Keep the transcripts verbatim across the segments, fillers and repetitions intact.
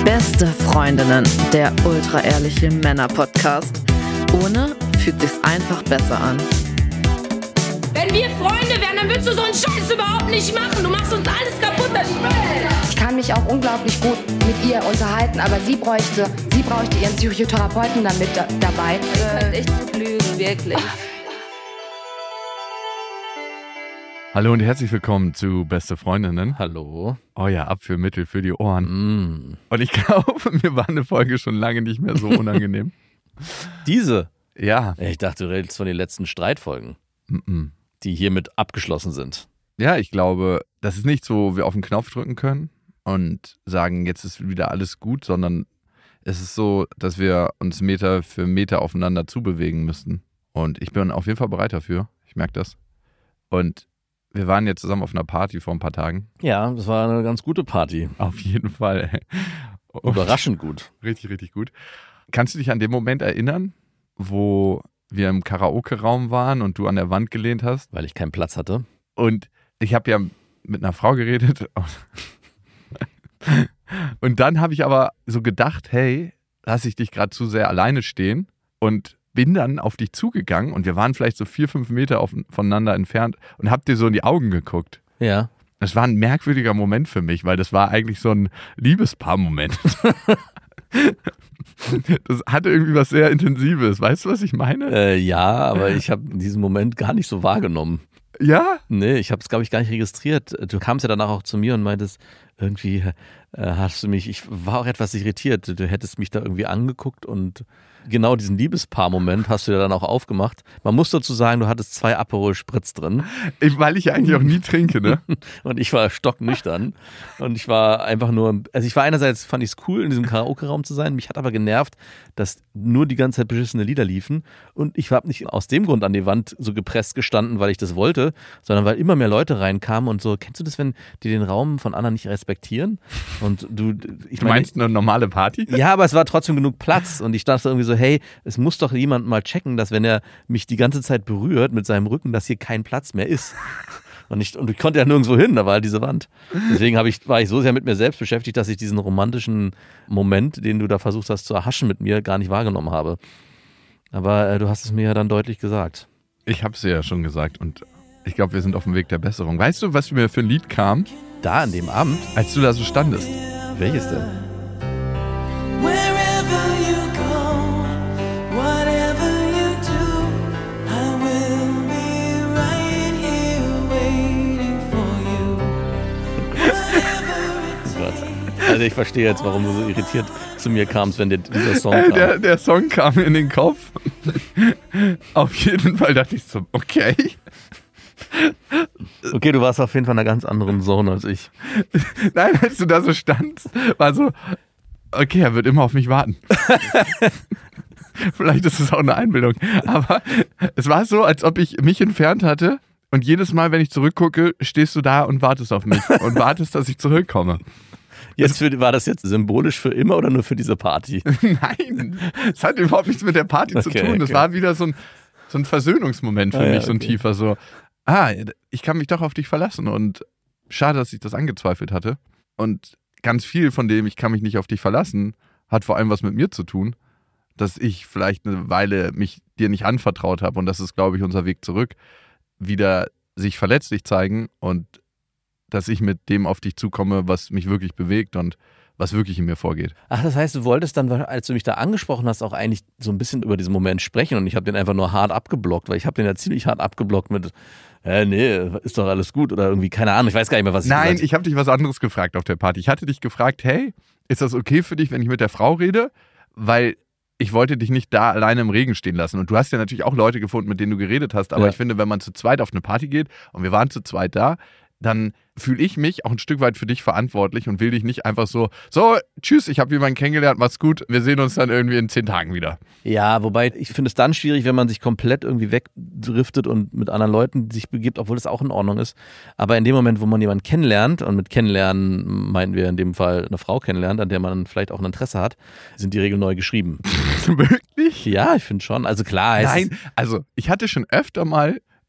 Beste Freundinnen, der ultra-ehrliche Männer-Podcast. Ohne fühlt sich's einfach besser an. Wenn wir Freunde wären, dann würdest du so einen Scheiß überhaupt nicht machen. Du machst uns alles kaputt, das Spiel. Ich kann mich auch unglaublich gut mit ihr unterhalten, aber sie bräuchte, sie bräuchte ihren Psychotherapeuten damit da, dabei. Ihr könnt echt gut lügen, wirklich. Hallo und herzlich willkommen zu Beste Freundinnen. Hallo. Euer Abführmittel für die Ohren. Mm. Und ich glaube, mir war eine Folge schon lange nicht mehr so unangenehm. Diese? Ja. Ich dachte, du redest von den letzten Streitfolgen, Mm-mm. die hiermit abgeschlossen sind. Ja, ich glaube, das ist nicht so, wir auf den Knopf drücken können und sagen, jetzt ist wieder alles gut, sondern es ist so, dass wir uns Meter für Meter aufeinander zubewegen müssten. Und ich bin auf jeden Fall bereit dafür. Ich merke das. Und wir waren jetzt zusammen auf einer Party vor ein paar Tagen. Ja, das war eine ganz gute Party. Auf jeden Fall. Überraschend gut. Richtig, richtig gut. Kannst du dich an den Moment erinnern, wo wir im Karaoke-Raum waren und du an der Wand gelehnt hast? Weil ich keinen Platz hatte. Und ich habe ja mit einer Frau geredet. Und dann habe ich aber so gedacht, hey, lass ich dich gerade zu sehr alleine stehen und bin dann auf dich zugegangen und wir waren vielleicht so vier, fünf Meter auf, voneinander entfernt und hab dir so in die Augen geguckt. Ja. Das war ein merkwürdiger Moment für mich, weil das war eigentlich so ein Liebespaar-Moment. Das hatte irgendwie was sehr Intensives. Weißt du, was ich meine? Äh, ja, aber ich habe diesen Moment gar nicht so wahrgenommen. Ja? Nee, ich habe es, glaube ich, gar nicht registriert. Du kamst ja danach auch zu mir und meintest, irgendwie äh, hast du mich, ich war auch etwas irritiert. Du hättest mich da irgendwie angeguckt und genau diesen Liebespaar-Moment hast du ja dann auch aufgemacht. Man muss dazu sagen, du hattest zwei Aperol Spritz drin. Ich, weil ich eigentlich auch nie trinke, ne? Und ich war stocknüchtern. Und ich war einfach nur, also ich war einerseits, fand ich es cool, in diesem Karaoke-Raum zu sein. Mich hat aber genervt, dass nur die ganze Zeit beschissene Lieder liefen. Und ich habe nicht aus dem Grund an die Wand so gepresst gestanden, weil ich das wollte, sondern weil immer mehr Leute reinkamen und so, kennst du das, wenn die den Raum von anderen nicht respektieren? Und du, ich Du meine, meinst eine normale Party? ja, aber es war trotzdem genug Platz und ich dachte irgendwie so, hey, es muss doch jemand mal checken, dass wenn er mich die ganze Zeit berührt mit seinem Rücken, dass hier kein Platz mehr ist. Und ich, und ich konnte ja nirgendwo hin, da war halt diese Wand. Deswegen habe ich, war ich so sehr mit mir selbst beschäftigt, dass ich diesen romantischen Moment, den du da versucht hast zu erhaschen mit mir, gar nicht wahrgenommen habe. Aber äh, du hast es mir ja dann deutlich gesagt. Ich habe es ja schon gesagt und ich glaube, wir sind auf dem Weg der Besserung. Weißt du, was mir für ein Lied kam, Da an dem Abend? als du da so standest? Welches denn? Also ich verstehe jetzt, warum du so irritiert zu mir kamst, wenn dir dieser Song kam. Der, der Song kam mir in den Kopf. Auf jeden Fall dachte ich so, okay. Okay, du warst auf jeden Fall in einer ganz anderen Zone als ich. Nein, als du da so standst, war so, okay, er wird immer auf mich warten. Vielleicht ist es auch eine Einbildung. Aber es war so, als ob ich mich entfernt hatte und jedes Mal, wenn ich zurückgucke, stehst du da und wartest auf mich und wartest, dass ich zurückkomme. Jetzt für, war das jetzt symbolisch für immer oder nur für diese Party? Nein, es hat überhaupt nichts mit der Party zu Okay, tun. Das okay. war wieder so ein, so ein Versöhnungsmoment für Ah, ja, mich, so ein okay. tiefer, so, ah, ich kann mich doch auf dich verlassen und schade, dass ich das angezweifelt hatte. Und ganz viel von dem, ich kann mich nicht auf dich verlassen, hat vor allem was mit mir zu tun, dass ich vielleicht eine Weile mich dir nicht anvertraut habe und das ist, glaube ich, unser Weg zurück, wieder sich verletzlich zeigen und dass ich mit dem auf dich zukomme, was mich wirklich bewegt und was wirklich in mir vorgeht. Ach, das heißt, du wolltest dann, als du mich da angesprochen hast, auch eigentlich so ein bisschen über diesen Moment sprechen und ich habe den einfach nur hart abgeblockt, weil ich habe den ja ziemlich hart abgeblockt mit, äh, nee, ist doch alles gut oder irgendwie, keine Ahnung, ich weiß gar nicht mehr, was ich Nein, gesagt ich habe dich was anderes gefragt auf der Party. Ich hatte dich gefragt, hey, ist das okay für dich, wenn ich mit der Frau rede? Weil ich wollte dich nicht da alleine im Regen stehen lassen. Und du hast ja natürlich auch Leute gefunden, mit denen du geredet hast. Aber Ja. ich finde, wenn man zu zweit auf eine Party geht und wir waren zu zweit da, dann fühle ich mich auch ein Stück weit für dich verantwortlich und will dich nicht einfach so, so, tschüss, ich habe jemanden kennengelernt, mach's gut, wir sehen uns dann irgendwie in zehn Tagen wieder. Ja, wobei ich finde es dann schwierig, wenn man sich komplett irgendwie wegdriftet und mit anderen Leuten sich begibt, obwohl das auch in Ordnung ist. Aber in dem Moment, wo man jemanden kennenlernt, und mit kennenlernen meinen wir in dem Fall eine Frau kennenlernt, an der man vielleicht auch ein Interesse hat, sind die Regeln neu geschrieben. Wirklich? Ja, ich finde schon. Also klar. es Nein, also ich hatte schon öfter mal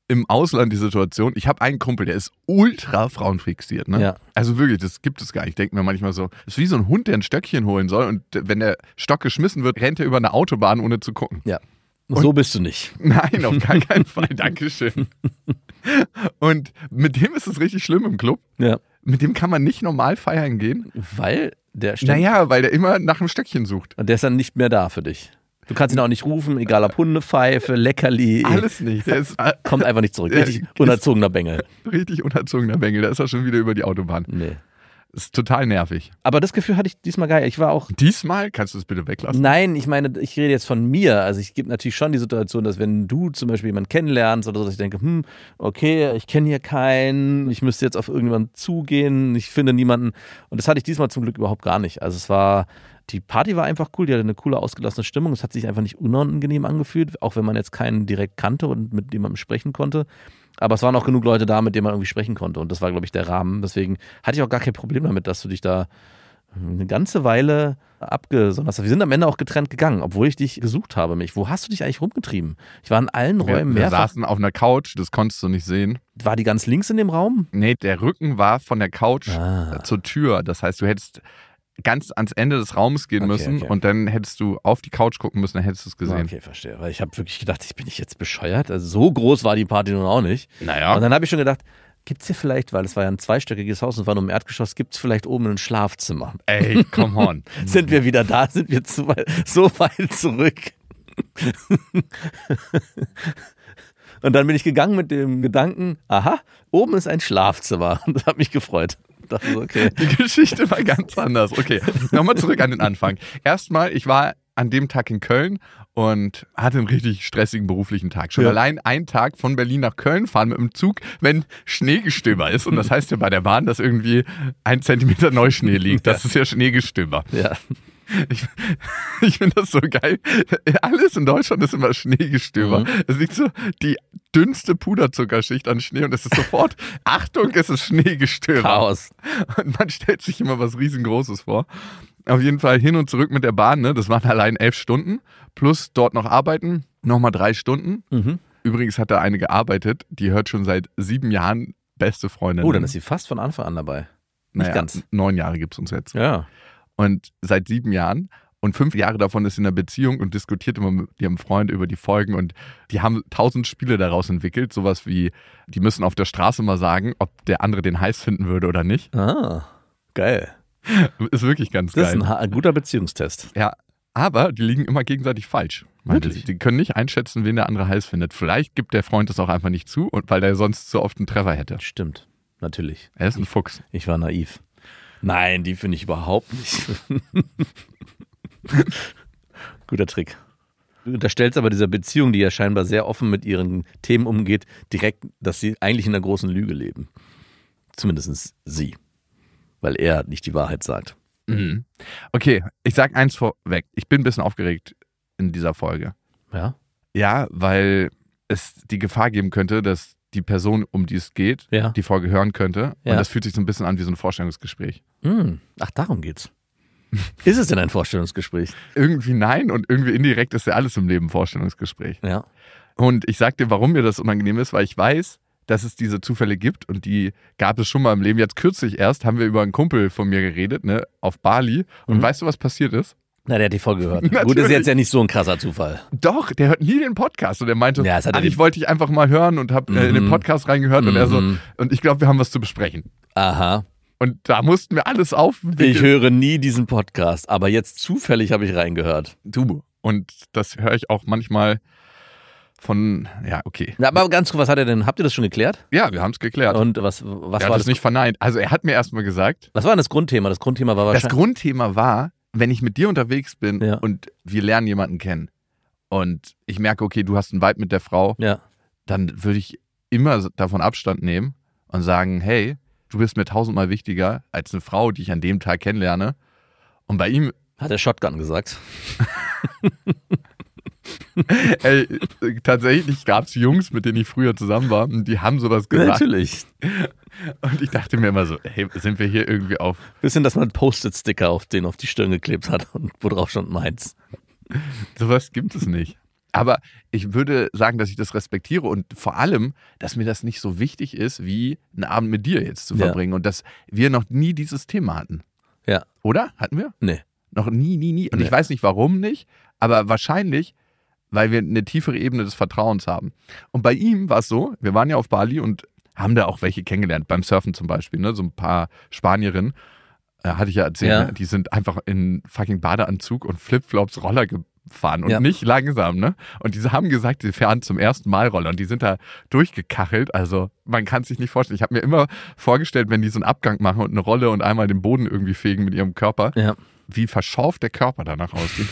im Ausland die Situation, ich habe einen Kumpel, der ist ultra frauenfixiert. Ne? Ja. Also wirklich, das gibt es gar nicht. Ich denke mir manchmal so, das ist wie so ein Hund, der ein Stöckchen holen soll und wenn der Stock geschmissen wird, rennt er über eine Autobahn, ohne zu gucken. Ja. So bist du nicht. Nein, auf gar keinen Fall. Dankeschön. Und mit dem ist es richtig schlimm im Club. Ja. Mit dem kann man nicht normal feiern gehen. Weil der stimmt. Naja, weil der immer nach einem Stöckchen sucht. Und der ist dann nicht mehr da für dich. Du kannst ihn auch nicht rufen, egal ob Hundepfeife, Leckerli. Alles nicht. Der ist, kommt einfach nicht zurück. Richtig unerzogener Bengel. Richtig unerzogener Bengel. Da ist er schon wieder über die Autobahn. Nee. Ist total nervig. Aber das Gefühl hatte ich diesmal geil. Ich war auch. Diesmal? Kannst du es bitte weglassen? Nein, ich meine, ich rede jetzt von mir. Also ich gebe natürlich schon die Situation, dass wenn du zum Beispiel jemanden kennenlernst oder so, dass ich denke, hm, okay, ich kenne hier keinen, ich müsste jetzt auf irgendjemanden zugehen, ich finde niemanden. Und das hatte ich diesmal zum Glück überhaupt gar nicht. Also es war, die Party war einfach cool, die hatte eine coole, ausgelassene Stimmung. Es hat sich einfach nicht unangenehm angefühlt, auch wenn man jetzt keinen direkt kannte und mit jemandem sprechen konnte. Aber es waren auch genug Leute da, mit denen man irgendwie sprechen konnte. Und das war, glaube ich, der Rahmen. Deswegen hatte ich auch gar kein Problem damit, dass du dich da eine ganze Weile abgesondert hast. Wir sind am Ende auch getrennt gegangen, obwohl ich dich gesucht habe. Mich. Wo hast du dich eigentlich rumgetrieben? Ich war in allen Räumen wir, wir mehrfach. saßen auf einer Couch, das konntest du nicht sehen. War die ganz links in dem Raum? Nee, der Rücken war von der Couch Ah. zur Tür. Das heißt, du hättest ganz ans Ende des Raums gehen Okay, müssen okay. und dann hättest du auf die Couch gucken müssen, dann hättest du es gesehen. Okay, verstehe. Weil ich habe wirklich gedacht, ich bin ich jetzt bescheuert. Also so groß war die Party nun auch nicht. Naja. Und dann habe ich schon gedacht, gibt es hier vielleicht, weil es war ja ein zweistöckiges Haus und war nur im Erdgeschoss, gibt es vielleicht oben ein Schlafzimmer? Ey, come on. Sind wir wieder da? Sind wir zu weit, so weit zurück? Und dann bin ich gegangen mit dem Gedanken, aha, oben ist ein Schlafzimmer. Und das hat mich gefreut. Ich dachte so, okay. Die Geschichte war ganz anders. Okay, nochmal zurück an den Anfang. Erstmal, ich war an dem Tag in Köln und hatte einen richtig stressigen beruflichen Tag. Schon Ja. allein einen Tag von Berlin nach Köln fahren mit dem Zug, wenn Schneegestöber ist. Und das heißt ja bei der Bahn, dass irgendwie ein Zentimeter Neuschnee liegt. Das ist ja Schneegestöber. Ja. Ich, ich finde das so geil. Alles in Deutschland ist immer Schneegestöber. Mhm. Es liegt so die dünnste Puderzuckerschicht an Schnee und es ist sofort, Achtung, es ist Schneegestöber. Chaos. Und man stellt sich immer was riesengroßes vor. Auf jeden Fall hin und zurück mit der Bahn, ne? Das waren allein elf Stunden. Plus dort noch arbeiten, nochmal drei Stunden. Mhm. Übrigens hat da eine gearbeitet, die hört schon seit sieben Jahren beste Freundin. Oh, dann ist sie fast von Anfang an dabei. Nicht naja, ganz. Neun Jahre gibt es uns jetzt. Ja. Und seit sieben Jahren. Und fünf Jahre davon ist sie in einer Beziehung und diskutiert immer mit ihrem Freund über die Folgen. Und die haben tausend Spiele daraus entwickelt. Sowas wie, die müssen auf der Straße mal sagen, ob der andere den heiß finden würde oder nicht. Ah, geil. Ist wirklich ganz Das geil. ist ein, ein guter Beziehungstest. Ja, aber die liegen immer gegenseitig falsch. Meinte Wirklich? sie. Die können nicht einschätzen, wen der andere heiß findet. Vielleicht gibt der Freund das auch einfach nicht zu, und weil der sonst so oft einen Treffer hätte. Stimmt, natürlich. Er ist ein Fuchs. Ich war naiv. Nein, die finde ich überhaupt nicht. Guter Trick. Du unterstellst aber dieser Beziehung, die ja scheinbar sehr offen mit ihren Themen umgeht, direkt, dass sie eigentlich in einer großen Lüge leben. Zumindest sie. Weil er nicht die Wahrheit sagt. Mhm. Okay, ich sag eins vorweg. Ich bin ein bisschen aufgeregt in dieser Folge. Ja? Ja, weil es die Gefahr geben könnte, dass die Person, um die es geht, Ja. die Folge hören könnte. Ja. Und das fühlt sich so ein bisschen an wie so ein Vorstellungsgespräch. Hm. Ach, darum geht's. Ist es denn ein Vorstellungsgespräch? Irgendwie nein und irgendwie indirekt ist ja alles im Leben ein Vorstellungsgespräch. Ja. Und ich sag dir, warum mir das unangenehm ist, weil ich weiß, dass es diese Zufälle gibt und die gab es schon mal im Leben. Jetzt kürzlich erst haben wir über einen Kumpel von mir geredet, ne, auf Bali. Und Mhm. weißt du, was passiert ist? Na, der hat die Folge gehört. Gut, Natürlich. ist jetzt ja nicht so ein krasser Zufall. Doch, der hört nie den Podcast und er meinte, Ja, das hat er ach, ich den- wollte dich einfach mal hören und habe äh, in den Mhm. Podcast reingehört und er so, Mhm. und ich glaube, wir haben was zu besprechen. Aha. Und da mussten wir alles aufwickeln. Ich höre nie diesen Podcast, aber jetzt zufällig habe ich reingehört. Du. Und das höre ich auch manchmal von, ja, okay. Na, aber ganz kurz, was hat er denn? Habt ihr das schon geklärt? Ja, wir haben es geklärt. Und was, was er war hat das? das nicht verneint. Also er hat mir erstmal gesagt, Was war denn das Grundthema? Das Grundthema war das wahrscheinlich. Grundthema war, wenn ich mit dir unterwegs bin Ja. und wir lernen jemanden kennen und ich merke, okay, du hast einen Vibe mit der Frau, Ja. dann würde ich immer davon Abstand nehmen und sagen, hey, du bist mir tausendmal wichtiger als eine Frau, die ich an dem Tag kennenlerne. Und bei ihm, Hat der Shotgun gesagt. ey, tatsächlich gab es Jungs, mit denen ich früher zusammen war, und die haben sowas gesagt. Natürlich. Und ich dachte mir immer so, hey, sind wir hier irgendwie auf... Bisschen, dass man einen Post-it-Sticker auf den auf die Stirn geklebt hat und wo drauf stand meins. Sowas gibt es nicht. Aber ich würde sagen, dass ich das respektiere und vor allem, dass mir das nicht so wichtig ist, wie einen Abend mit dir jetzt zu verbringen. Ja. Und dass wir noch nie dieses Thema hatten. Ja. Oder? Hatten wir? Nee. Noch nie, nie, nie. Und Nee. ich weiß nicht, warum nicht, aber wahrscheinlich, weil wir eine tiefere Ebene des Vertrauens haben. Und bei ihm war es so, wir waren ja auf Bali und haben da auch welche kennengelernt, beim Surfen zum Beispiel, ne? So ein paar Spanierinnen, äh, hatte ich ja erzählt, Ja. ne? Die sind einfach in fucking Badeanzug und Flipflops Roller gefahren und Ja. nicht langsam, ne? Und die haben gesagt, sie fahren zum ersten Mal Roller und die sind da durchgekachelt, also man kann es sich nicht vorstellen. Ich habe mir immer vorgestellt, wenn die so einen Abgang machen und eine Rolle und einmal den Boden irgendwie fegen mit ihrem Körper, Ja. wie verschauft der Körper danach aussieht.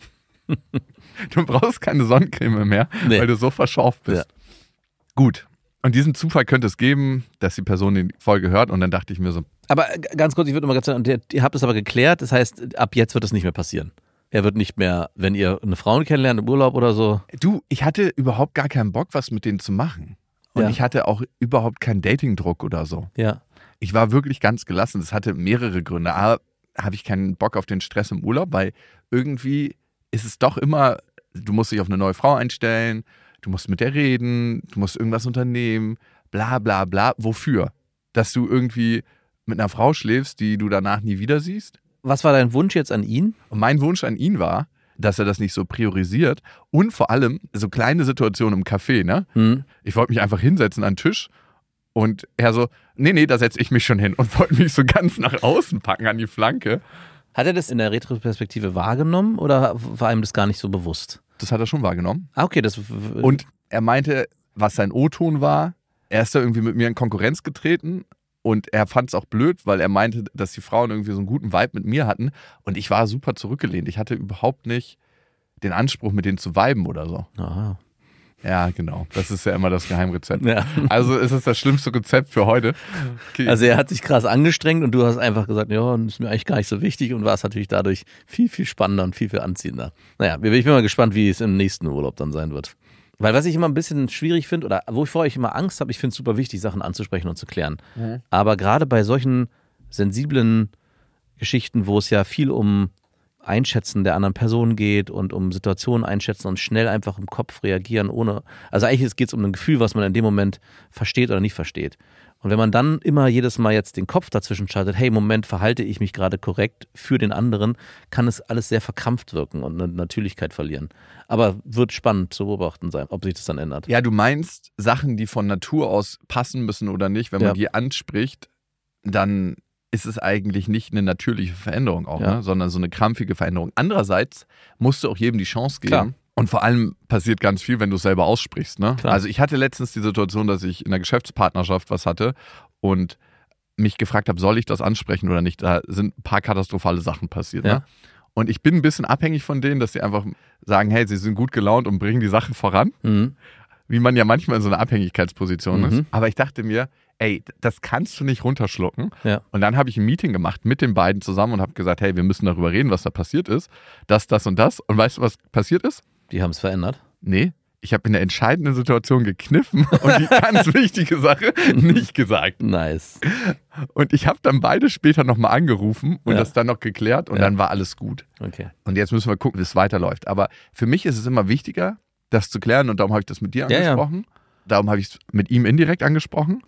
Du brauchst keine Sonnencreme mehr, Nee. weil du so verschauft bist. Ja. Gut. Und diesen Zufall könnte es geben, dass die Person die Folge hört und dann dachte ich mir so, Aber g- ganz kurz, ich würde mal ganz sagen, ihr, ihr habt es aber geklärt, das heißt, ab jetzt wird es nicht mehr passieren. Er wird nicht mehr, wenn ihr eine Frau kennenlernt im Urlaub oder so. du, ich hatte überhaupt gar keinen Bock, was mit denen zu machen. Und Ja. ich hatte auch überhaupt keinen Datingdruck oder so. Ja. Ich war wirklich ganz gelassen. Das hatte mehrere Gründe. A, habe ich keinen Bock auf den Stress im Urlaub, weil irgendwie ist es doch immer, du musst dich auf eine neue Frau einstellen, du musst mit der reden, du musst irgendwas unternehmen, bla bla bla. Wofür? Dass du irgendwie mit einer Frau schläfst, die du danach nie wieder siehst? Was war dein Wunsch jetzt an ihn? Und mein Wunsch an ihn war, dass er das nicht so priorisiert und vor allem so kleine Situationen im Café, ne? Hm? Ich wollte mich einfach hinsetzen an den Tisch und er so, nee, nee, da setze ich mich schon hin und wollte mich so ganz nach außen packen an die Flanke. Hat er das in der Retroperspektive wahrgenommen oder war ihm das gar nicht so bewusst? Das hat er schon wahrgenommen. Ah, okay, das. Und er meinte, was sein O-Ton war, er ist da irgendwie mit mir in Konkurrenz getreten und er fand es auch blöd, weil er meinte, dass die Frauen irgendwie so einen guten Vibe mit mir hatten und ich war super zurückgelehnt. Ich hatte überhaupt nicht den Anspruch, mit denen zu viben oder so. Aha. Ja, genau. Das ist ja immer das Geheimrezept. Ja. Also ist es das schlimmste Rezept für heute. Okay. Also er hat sich krass angestrengt und du hast einfach gesagt, ja, das ist mir eigentlich gar nicht so wichtig und war es natürlich dadurch viel, viel spannender und viel, viel anziehender. Naja, ich bin mal gespannt, wie es im nächsten Urlaub dann sein wird. Weil was ich immer ein bisschen schwierig finde oder wovor ich immer Angst habe, ich finde es super wichtig, Sachen anzusprechen und zu klären. Mhm. Aber gerade bei solchen sensiblen Geschichten, wo es ja viel um Einschätzen der anderen Person geht und um Situationen einschätzen und schnell einfach im Kopf reagieren, ohne, also eigentlich geht es um ein Gefühl, was man in dem Moment versteht oder nicht versteht. Und wenn man dann immer jedes Mal jetzt den Kopf dazwischen schaltet, hey, Moment, verhalte ich mich gerade korrekt für den anderen, kann es alles sehr verkrampft wirken und eine Natürlichkeit verlieren. Aber wird spannend zu beobachten sein, ob sich das dann ändert. Ja, du meinst Sachen, die von Natur aus passen müssen oder nicht, wenn man Ja. die anspricht, dann ist es eigentlich nicht eine natürliche Veränderung auch, Ja. ne? Sondern so eine krampfige Veränderung. Andererseits musst du auch jedem die Chance geben. Klar. Und vor allem passiert ganz viel, wenn du es selber aussprichst. Ne? Klar. Also ich hatte letztens die Situation, dass ich in der Geschäftspartnerschaft was hatte und mich gefragt habe, soll ich das ansprechen oder nicht? Da sind ein paar katastrophale Sachen passiert. Ja. Ne? Und ich bin ein bisschen abhängig von denen, dass sie einfach sagen, hey, sie sind gut gelaunt und bringen die Sache voran. Mhm. Wie man ja manchmal in so einer Abhängigkeitsposition Mhm. ist. Aber ich dachte mir, ey, das kannst du nicht runterschlucken. Ja. Und dann habe ich ein Meeting gemacht mit den beiden zusammen und habe gesagt, hey, wir müssen darüber reden, was da passiert ist. Das, das und das. Und weißt du, was passiert ist? Die haben es verändert. Nee, ich habe in der entscheidenden Situation gekniffen und die ganz wichtige Sache nicht gesagt. Nice. Und ich habe dann beide später nochmal angerufen und Ja. das dann noch geklärt und Ja. dann war alles gut. Okay. Und jetzt müssen wir gucken, wie es weiterläuft. Aber für mich ist es immer wichtiger, das zu klären und darum habe ich das mit dir Ja, ja. angesprochen. Darum habe ich es mit ihm indirekt angesprochen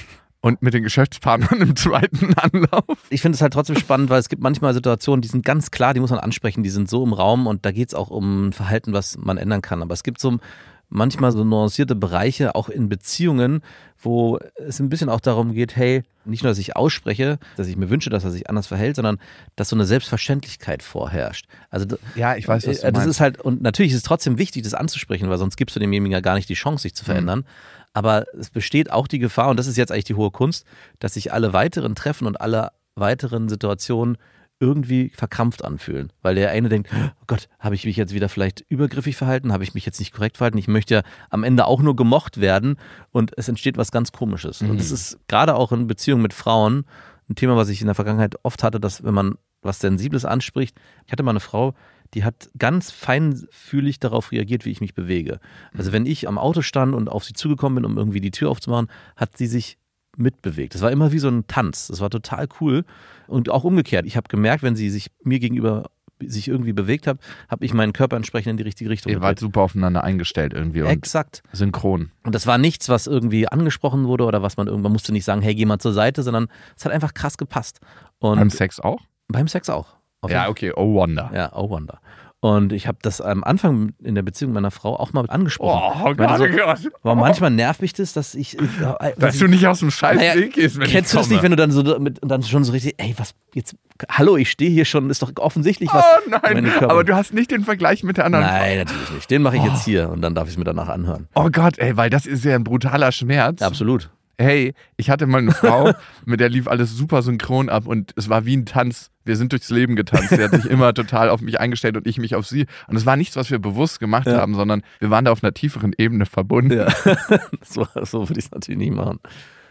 und mit den Geschäftspartnern im zweiten Anlauf. Ich finde es halt trotzdem spannend, weil es gibt manchmal Situationen, die sind ganz klar, die muss man ansprechen, die sind so im Raum und da geht es auch um ein Verhalten, was man ändern kann. Aber es gibt so manchmal so nuancierte Bereiche, auch in Beziehungen, wo es ein bisschen auch darum geht, hey, nicht nur, dass ich ausspreche, dass ich mir wünsche, dass er sich anders verhält, sondern dass so eine Selbstverständlichkeit vorherrscht. Also Ja, ich weiß, was du äh, das meinst. ist halt, und natürlich ist es trotzdem wichtig, das anzusprechen, weil sonst gibst du demjenigen ja gar nicht die Chance, sich zu verändern. Aber es besteht auch die Gefahr, und das ist jetzt eigentlich die hohe Kunst, dass sich alle weiteren Treffen und alle weiteren Situationen irgendwie verkrampft anfühlen. Weil der eine denkt, oh Gott, habe ich mich jetzt wieder vielleicht übergriffig verhalten? Habe ich mich jetzt nicht korrekt verhalten? Ich möchte ja am Ende auch nur gemocht werden und es entsteht was ganz Komisches. Mhm. Und das ist gerade auch in Beziehungen mit Frauen ein Thema, was ich in der Vergangenheit oft hatte, dass wenn man was Sensibles anspricht, ich hatte mal eine Frau, die hat ganz feinfühlig darauf reagiert, wie ich mich bewege. Also wenn ich am Auto stand und auf sie zugekommen bin, um irgendwie die Tür aufzumachen, hat sie sich mitbewegt. Das war immer wie so ein Tanz. Das war total cool. Und auch umgekehrt. Ich habe gemerkt, wenn sie sich mir gegenüber sich irgendwie bewegt habe, habe ich meinen Körper entsprechend in die richtige Richtung Ihr wart super aufeinander eingestellt irgendwie. Und Exakt. synchron. Und das war nichts, was irgendwie angesprochen wurde oder was man irgendwann musste nicht sagen, hey, geh mal zur Seite, sondern es hat einfach krass gepasst. Und Beim Sex auch? Beim Sex auch. Auf Ja, jeden okay, oh wonder. Ja, oh wonder. Und ich habe das am Anfang in der Beziehung meiner Frau auch mal angesprochen. Oh Ich meine, Gott, so, oh Gott. aber manchmal nervt mich das, dass ich... Äh, Dass du nicht aus dem scheiß Naja, Weg gehst, wenn kennst ich du das komme. nicht, wenn du dann so mit, und dann schon so richtig, ey, was jetzt, hallo, ich stehe hier schon, ist doch offensichtlich was. Oh nein, meine Körper- aber du hast nicht den Vergleich mit der anderen Nein, natürlich nicht. Den mache ich jetzt hier und dann darf ich es mir danach anhören. Frau. Oh Gott, ey, weil das ist ja ein brutaler Schmerz. Ja, absolut. Hey, ich hatte mal eine Frau, mit der lief alles super synchron ab und es war wie ein Tanz. Wir sind durchs Leben getanzt. Sie hat sich immer total auf mich eingestellt und ich mich auf sie. Und es war nichts, was wir bewusst gemacht Ja. haben, sondern wir waren da auf einer tieferen Ebene verbunden. Ja. so so würde ich es natürlich nicht machen.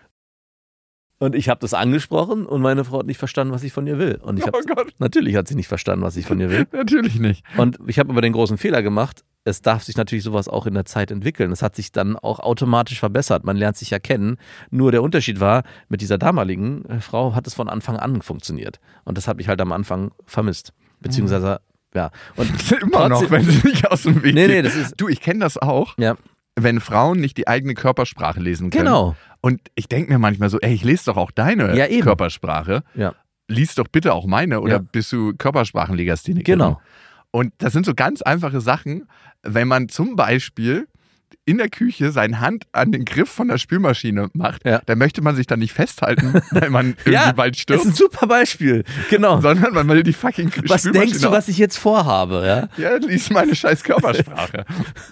Und ich habe das angesprochen und meine Frau hat nicht verstanden, was ich von ihr will. Und ich hab, Oh Gott, natürlich hat sie nicht verstanden, was ich von ihr will. natürlich nicht. Und ich habe aber den großen Fehler gemacht. Es darf sich natürlich sowas auch in der Zeit entwickeln. Es hat sich dann auch automatisch verbessert. Man lernt sich ja kennen. Nur der Unterschied war, mit dieser damaligen Frau hat es von Anfang an funktioniert. Und das habe ich halt am Anfang vermisst. Beziehungsweise, ja. Und Immer noch, trotzdem- wenn sie nicht aus dem Weg Nee, nee, geht. das ist- Du, ich kenne das auch, Ja, wenn Frauen nicht die eigene Körpersprache lesen können. genau. Und ich denke mir manchmal so, ey, ich lese doch auch deine Ja, eben. Körpersprache. Ja, Lies doch bitte auch meine oder Ja. bist du Körpersprachenlegasthenikerin? genau. Und das sind so ganz einfache Sachen, wenn man zum Beispiel in der Küche seine Hand an den Griff von der Spülmaschine macht, Ja. dann möchte man sich da nicht festhalten, weil man irgendwie Ja, bald das ist ein stirbt, super Beispiel. Genau. sondern man will die fucking Was Spülmaschine denkst du, was ich jetzt vorhabe? Ja? Ja, lies meine scheiß Körpersprache.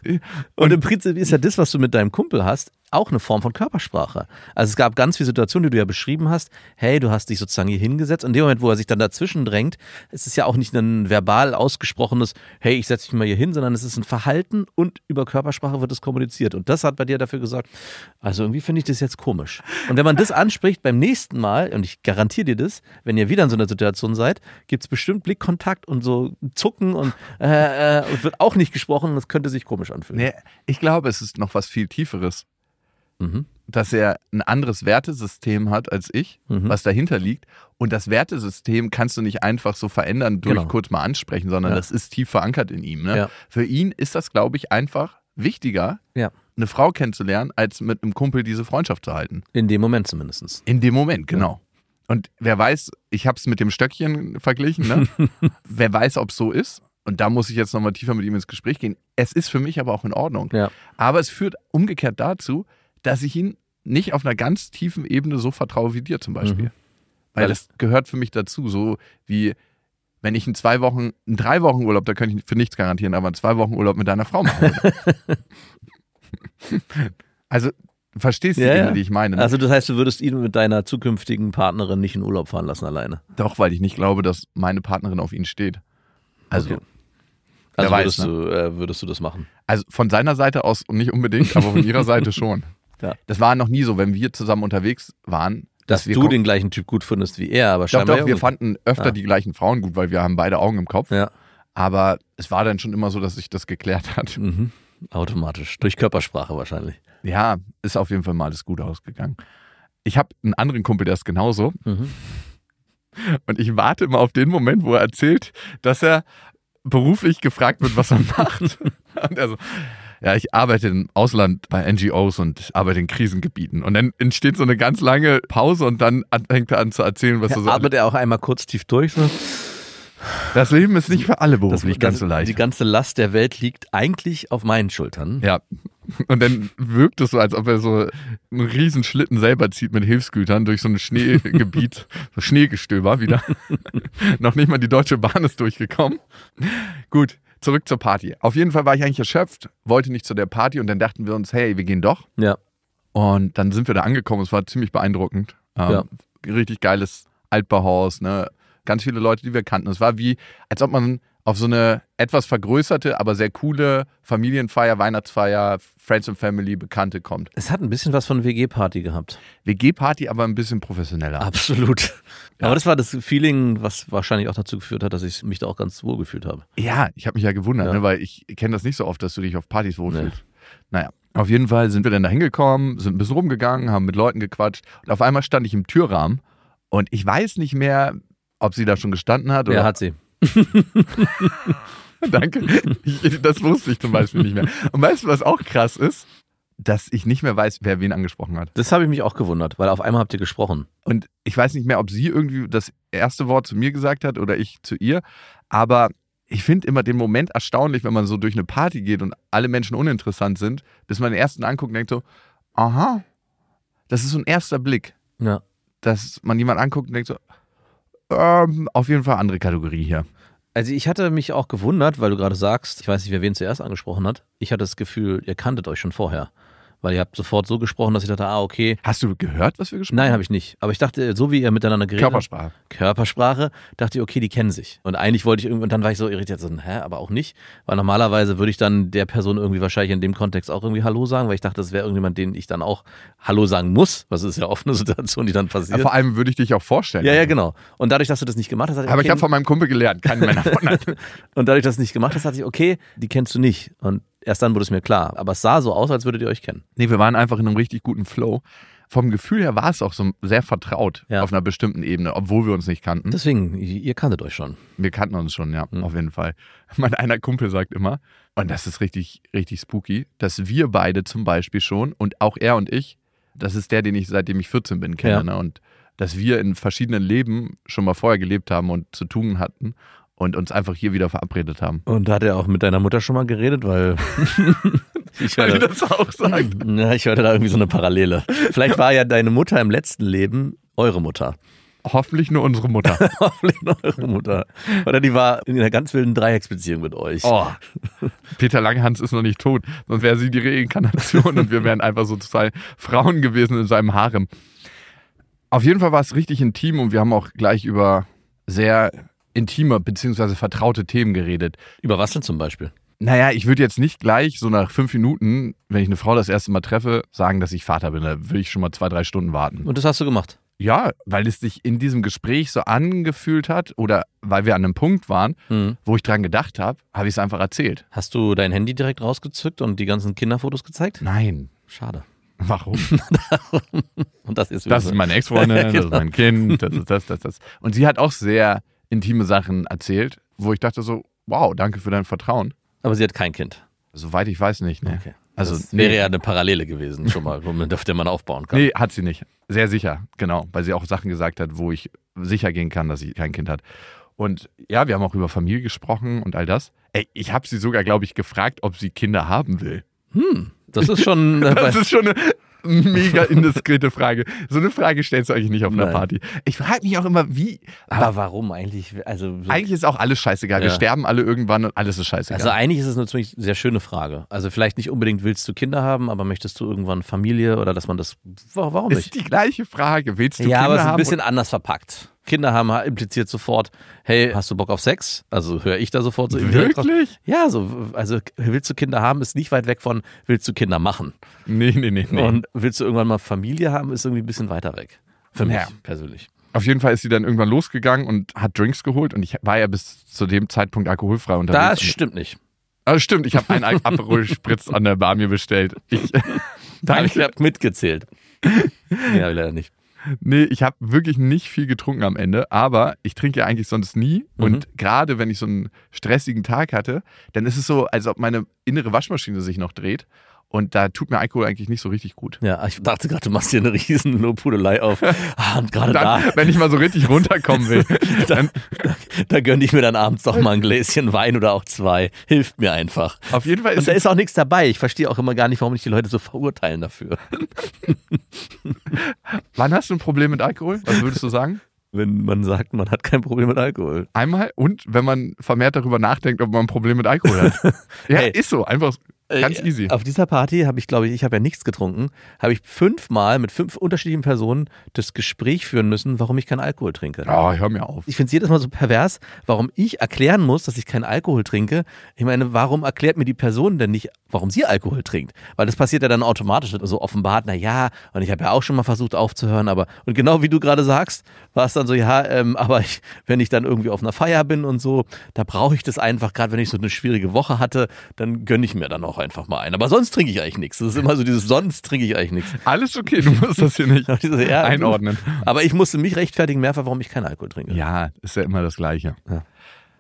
Und im Prinzip ist ja das, was du mit deinem Kumpel hast, auch eine Form von Körpersprache. Also es gab ganz viele Situationen, die du ja beschrieben hast. Hey, du hast dich sozusagen hier hingesetzt. Und in dem Moment, wo er sich dann dazwischen drängt, ist es ja auch nicht ein verbal ausgesprochenes, hey, ich setze dich mal hier hin, sondern es ist ein Verhalten und über Körpersprache wird es kommuniziert. Und das hat bei dir dafür gesorgt, also irgendwie finde ich das jetzt komisch. Und wenn man das anspricht beim nächsten Mal, und ich garantiere dir das, wenn ihr wieder in so einer Situation seid, gibt es bestimmt Blickkontakt und so Zucken und äh, äh, wird auch nicht gesprochen und das könnte sich komisch anfühlen. Nee, ich glaube, es ist noch was viel Tieferes. Mhm. Dass er ein anderes Wertesystem hat als ich, Mhm. was dahinter liegt. Und das Wertesystem kannst du nicht einfach so verändern durch Genau. kurz mal ansprechen, sondern Ja. das ist tief verankert in ihm. Ne? Ja. Für ihn ist das, glaube ich, einfach wichtiger, Ja. eine Frau kennenzulernen, als mit einem Kumpel diese Freundschaft zu halten. In dem Moment zumindest. In dem Moment, genau. Und wer weiß, ich habe es mit dem Stöckchen verglichen, ne? Wer weiß, ob es so ist. Und da muss ich jetzt nochmal tiefer mit ihm ins Gespräch gehen. Es ist für mich aber auch in Ordnung. Ja. Aber es führt umgekehrt dazu, dass ich ihn nicht auf einer ganz tiefen Ebene so vertraue wie dir zum Beispiel. Mhm. Weil Weil- das gehört für mich dazu. So wie, wenn ich in zwei Wochen, in drei Wochen Urlaub, da könnte ich für nichts garantieren, aber in zwei Wochen Urlaub mit deiner Frau machen würde. Also, verstehst du die Ja, Ebene, ja. die ich meine? Ne? Also das heißt, du würdest ihn mit deiner zukünftigen Partnerin nicht in Urlaub fahren lassen alleine. Doch, weil ich nicht glaube, dass meine Partnerin auf ihn steht. Also, Okay. Also Wer würdest, weiß, ne? du, äh, würdest du das machen? also von seiner Seite aus nicht unbedingt, aber von ihrer Seite schon. Ja. Das war noch nie so, wenn wir zusammen unterwegs waren. Dass wir du ko- den gleichen Typ gut findest wie er, aber Doch, scheinbar doch, wir ja fanden öfter Ah. die gleichen Frauen gut, weil wir haben beide Augen im Kopf. Ja. Aber es war dann schon immer so, dass sich das geklärt hat. Mhm. Automatisch. Durch Körpersprache wahrscheinlich. Ja, ist auf jeden Fall mal alles gut ausgegangen. Ich habe einen anderen Kumpel, der ist genauso. Mhm. Und ich warte immer auf den Moment, wo er erzählt, dass er beruflich gefragt wird, was er macht. Und er so, ja, ich arbeite im Ausland bei N G Os und arbeite in Krisengebieten. Und dann entsteht so eine ganz lange Pause und dann an- fängt er an zu erzählen, was er so. Atmet er auch einmal kurz tief durch. So. Das Leben ist nicht für alle Das, beruflich ganz so leicht. Die ganze Last der Welt liegt eigentlich auf meinen Schultern. Ja. Und dann wirkt es so, als ob er so einen riesen Schlitten selber zieht mit Hilfsgütern durch so ein Schneegebiet, so Schneegestöber wieder. Noch nicht mal die Deutsche Bahn ist durchgekommen. Gut, zurück zur Party. Auf jeden Fall war ich eigentlich erschöpft, wollte nicht zu der Party und dann dachten wir uns, hey, wir gehen doch. Ja. Und dann sind wir da angekommen, es war ziemlich beeindruckend. Ähm, Ja. Richtig geiles Altbauhaus, ne? Ganz viele Leute, die wir kannten. Es war wie, als ob man auf so eine etwas vergrößerte, aber sehr coole Familienfeier, Weihnachtsfeier, Friends and Family, Bekannte kommt. Es hat ein bisschen was von W G-Party gehabt. W G-Party, aber ein bisschen professioneller. Absolut. Ja. Aber das war das Feeling, was wahrscheinlich auch dazu geführt hat, dass ich mich da auch ganz wohl gefühlt habe. Ja, ich habe mich ja gewundert, Ja. Ne, weil ich kenne das nicht so oft, dass du dich auf Partys wohlfühlst. Naja, auf jeden Fall sind wir dann da hingekommen, sind ein bisschen rumgegangen, haben mit Leuten gequatscht und auf einmal stand ich im Türrahmen und ich weiß nicht mehr, ob sie da schon gestanden hat oder Ja, hat sie. Danke. Ich, das wusste ich zum Beispiel nicht mehr. Und weißt du, was auch krass ist? Dass ich nicht mehr weiß, wer wen angesprochen hat. Das habe ich mich auch gewundert, weil auf einmal habt ihr gesprochen. Und ich weiß nicht mehr, ob sie irgendwie das erste Wort zu mir gesagt hat oder ich zu ihr. Aber ich finde immer den Moment erstaunlich, wenn man so durch eine Party geht und alle Menschen uninteressant sind, bis man den ersten anguckt und denkt so, aha, das ist so ein erster Blick. Ja. Dass man jemanden anguckt und denkt so, ähm, auf jeden Fall andere Kategorie hier. Also ich hatte mich auch gewundert, weil du gerade sagst, ich weiß nicht, wer wen zuerst angesprochen hat. Ich hatte das Gefühl, ihr kanntet euch schon vorher. Weil ihr habt sofort so gesprochen, dass ich dachte, ah, okay. Hast du gehört, was wir gesprochen Nein, haben? habe ich nicht. Aber ich dachte, so wie ihr miteinander geredet habt. Körpersprache. Körpersprache, dachte ich, okay, die kennen sich. Und eigentlich wollte ich irgendwie, und dann war ich so irritiert, so, hä, aber auch nicht. Weil normalerweise würde ich dann der Person irgendwie wahrscheinlich in dem Kontext auch irgendwie Hallo sagen, weil ich dachte, das wäre irgendjemand, den ich dann auch Hallo sagen muss. Was ist ja oft eine Situation, die dann passiert. Ja, vor allem würde ich dich auch vorstellen. Ja, ja, genau. Und dadurch, dass du das nicht gemacht hast, hatte ich, Aber okay, ich habe von meinem Kumpel gelernt, keine Männer von Und dadurch, dass du es nicht gemacht hast, dachte ich, okay, die kennst du nicht. Und erst dann wurde es mir klar. Aber es sah so aus, als würdet ihr euch kennen. Nee, wir waren einfach in einem richtig guten Flow. Vom Gefühl her war es auch so sehr vertraut Ja. auf einer bestimmten Ebene, obwohl wir uns nicht kannten. Deswegen, ihr kanntet euch schon. Wir kannten uns schon, ja, Mhm. auf jeden Fall. Mein einer Kumpel sagt immer, und das ist richtig, richtig spooky, dass wir beide zum Beispiel schon und auch er und ich, das ist der, den ich seitdem ich vierzehn bin kenne, Ja. ne? Und dass wir in verschiedenen Leben schon mal vorher gelebt haben und zu tun hatten und uns einfach hier wieder verabredet haben. Und da hat er auch mit deiner Mutter schon mal geredet, weil ich Weil hörte, die das auch sagt. ja, ich hörte da irgendwie so eine Parallele. Vielleicht war ja deine Mutter im letzten Leben eure Mutter. Hoffentlich nur unsere Mutter. Hoffentlich noch eure Mutter. Oder die war in einer ganz wilden Dreiecksbeziehung mit euch. Oh, Peter Langhans ist noch nicht tot, sonst wäre sie die Reinkarnation und wir wären einfach so zwei Frauen gewesen in seinem Harem. Auf jeden Fall war es richtig intim und wir haben auch gleich über sehr intime bzw. vertraute Themen geredet. Über was denn zum Beispiel? Naja, ich würde jetzt nicht gleich so nach fünf Minuten, wenn ich eine Frau das erste Mal treffe, sagen, dass ich Vater bin. Da würde ich schon mal zwei, drei Stunden warten. Und das hast du gemacht? Ja, weil es sich in diesem Gespräch so angefühlt hat oder weil wir an einem Punkt waren, Mhm. wo ich dran gedacht habe, habe ich es einfach erzählt. Hast du dein Handy direkt rausgezückt und die ganzen Kinderfotos gezeigt? Nein. Schade. Warum? Und das ist Das ist meine Ex-Freundin, das ist Genau. mein Kind, das ist das, das, das. Und sie hat auch sehr intime Sachen erzählt, wo ich dachte so, wow, danke für dein Vertrauen. Aber sie hat kein Kind. Soweit ich weiß nicht, ne. Okay. Also, das nee. wäre ja eine Parallele gewesen, schon mal, womit- auf der man aufbauen kann. Nee, hat sie nicht. Sehr sicher, genau. Weil sie auch Sachen gesagt hat, wo ich sicher gehen kann, dass sie kein Kind hat. Und ja, wir haben auch über Familie gesprochen und all das. Ey, ich habe sie sogar, glaube ich, gefragt, ob sie Kinder haben will. Hm, das ist schon. Äh, Das ist schon eine mega indiskrete Frage. So eine Frage stellst du eigentlich nicht auf einer Nein. Party. Ich frage mich auch immer, wie. aber warum eigentlich? Also, so- Eigentlich ist auch alles scheißegal. Wir Ja. sterben alle irgendwann und alles ist scheißegal. also eigentlich ist es eine ziemlich sehr schöne Frage. Also vielleicht nicht unbedingt willst du Kinder haben, aber möchtest du irgendwann Familie oder dass man das. wa- Warum ist nicht? die gleiche Frage. Willst du Ja, Kinder aber es ist ein haben? bisschen anders verpackt. Kinder haben impliziert sofort, hey, hast du Bock auf Sex? Also höre ich da sofort so indirekt raus. Wirklich? Ja, so, also willst du Kinder haben, ist nicht weit weg von willst du Kinder machen. Nee, nee, nee. nee. Und willst du irgendwann mal Familie haben, ist irgendwie ein bisschen weiter weg. Für mich Ja. persönlich. Auf jeden Fall ist sie dann irgendwann losgegangen und hat Drinks geholt und ich war ja bis zu dem Zeitpunkt alkoholfrei unterwegs. Das stimmt nicht. Ah, stimmt, ich habe einen Aperol Spritz an der Bar mir bestellt. Ich, Da habe ich danke. mitgezählt. Nee, habe ich leider nicht. Nee, ich habe wirklich nicht viel getrunken am Ende, aber ich trinke ja eigentlich sonst nie. Mhm. Und gerade wenn ich so einen stressigen Tag hatte, dann ist es so, als ob meine innere Waschmaschine sich noch dreht. Und da tut mir Alkohol eigentlich nicht so richtig gut. Ja, ich dachte gerade, du machst hier eine riesen Lobhudelei auf. Ah, und gerade da, Dann, wenn ich mal so richtig runterkommen will, dann da, da gönne ich mir dann abends doch mal ein Gläschen Wein oder auch zwei. Hilft mir einfach. auf jeden Fall Und ist da es, ist auch nichts dabei. Ich verstehe auch immer gar nicht, warum nicht die Leute so verurteilen dafür. wann hast du ein Problem mit Alkohol? Was würdest du sagen? Wenn man sagt, man hat kein Problem mit Alkohol. Einmal und wenn man vermehrt darüber nachdenkt, ob man ein Problem mit Alkohol hat. Ja, Hey. ist so, einfach ganz Äh, easy. Auf dieser Party habe ich, glaube ich, ich habe ja nichts getrunken, habe ich fünfmal mit fünf unterschiedlichen Personen das Gespräch führen müssen, warum ich keinen Alkohol trinke. Oh, hör mir auf. Ich finde es jedes Mal so pervers, warum ich erklären muss, dass ich keinen Alkohol trinke. Ich meine, warum erklärt mir die Person denn nicht, warum sie Alkohol trinkt? Weil das passiert ja dann automatisch, wird so offenbart, na ja, und ich habe ja auch schon mal versucht aufzuhören, aber, und genau wie du gerade sagst, war es dann so, ja, ähm, aber ich, wenn ich dann irgendwie auf einer Feier bin und so, da brauche ich das einfach, gerade wenn ich so eine schwierige Woche hatte, dann gönne ich mir dann auch einfach mal ein. Aber sonst trinke ich eigentlich nichts. Das ist immer so dieses, sonst trinke ich eigentlich nichts. Alles okay, du musst das hier nicht Ja, einordnen. Aber ich musste mich rechtfertigen mehrfach, warum ich keinen Alkohol trinke. Ja, ist ja immer das Gleiche. Ja.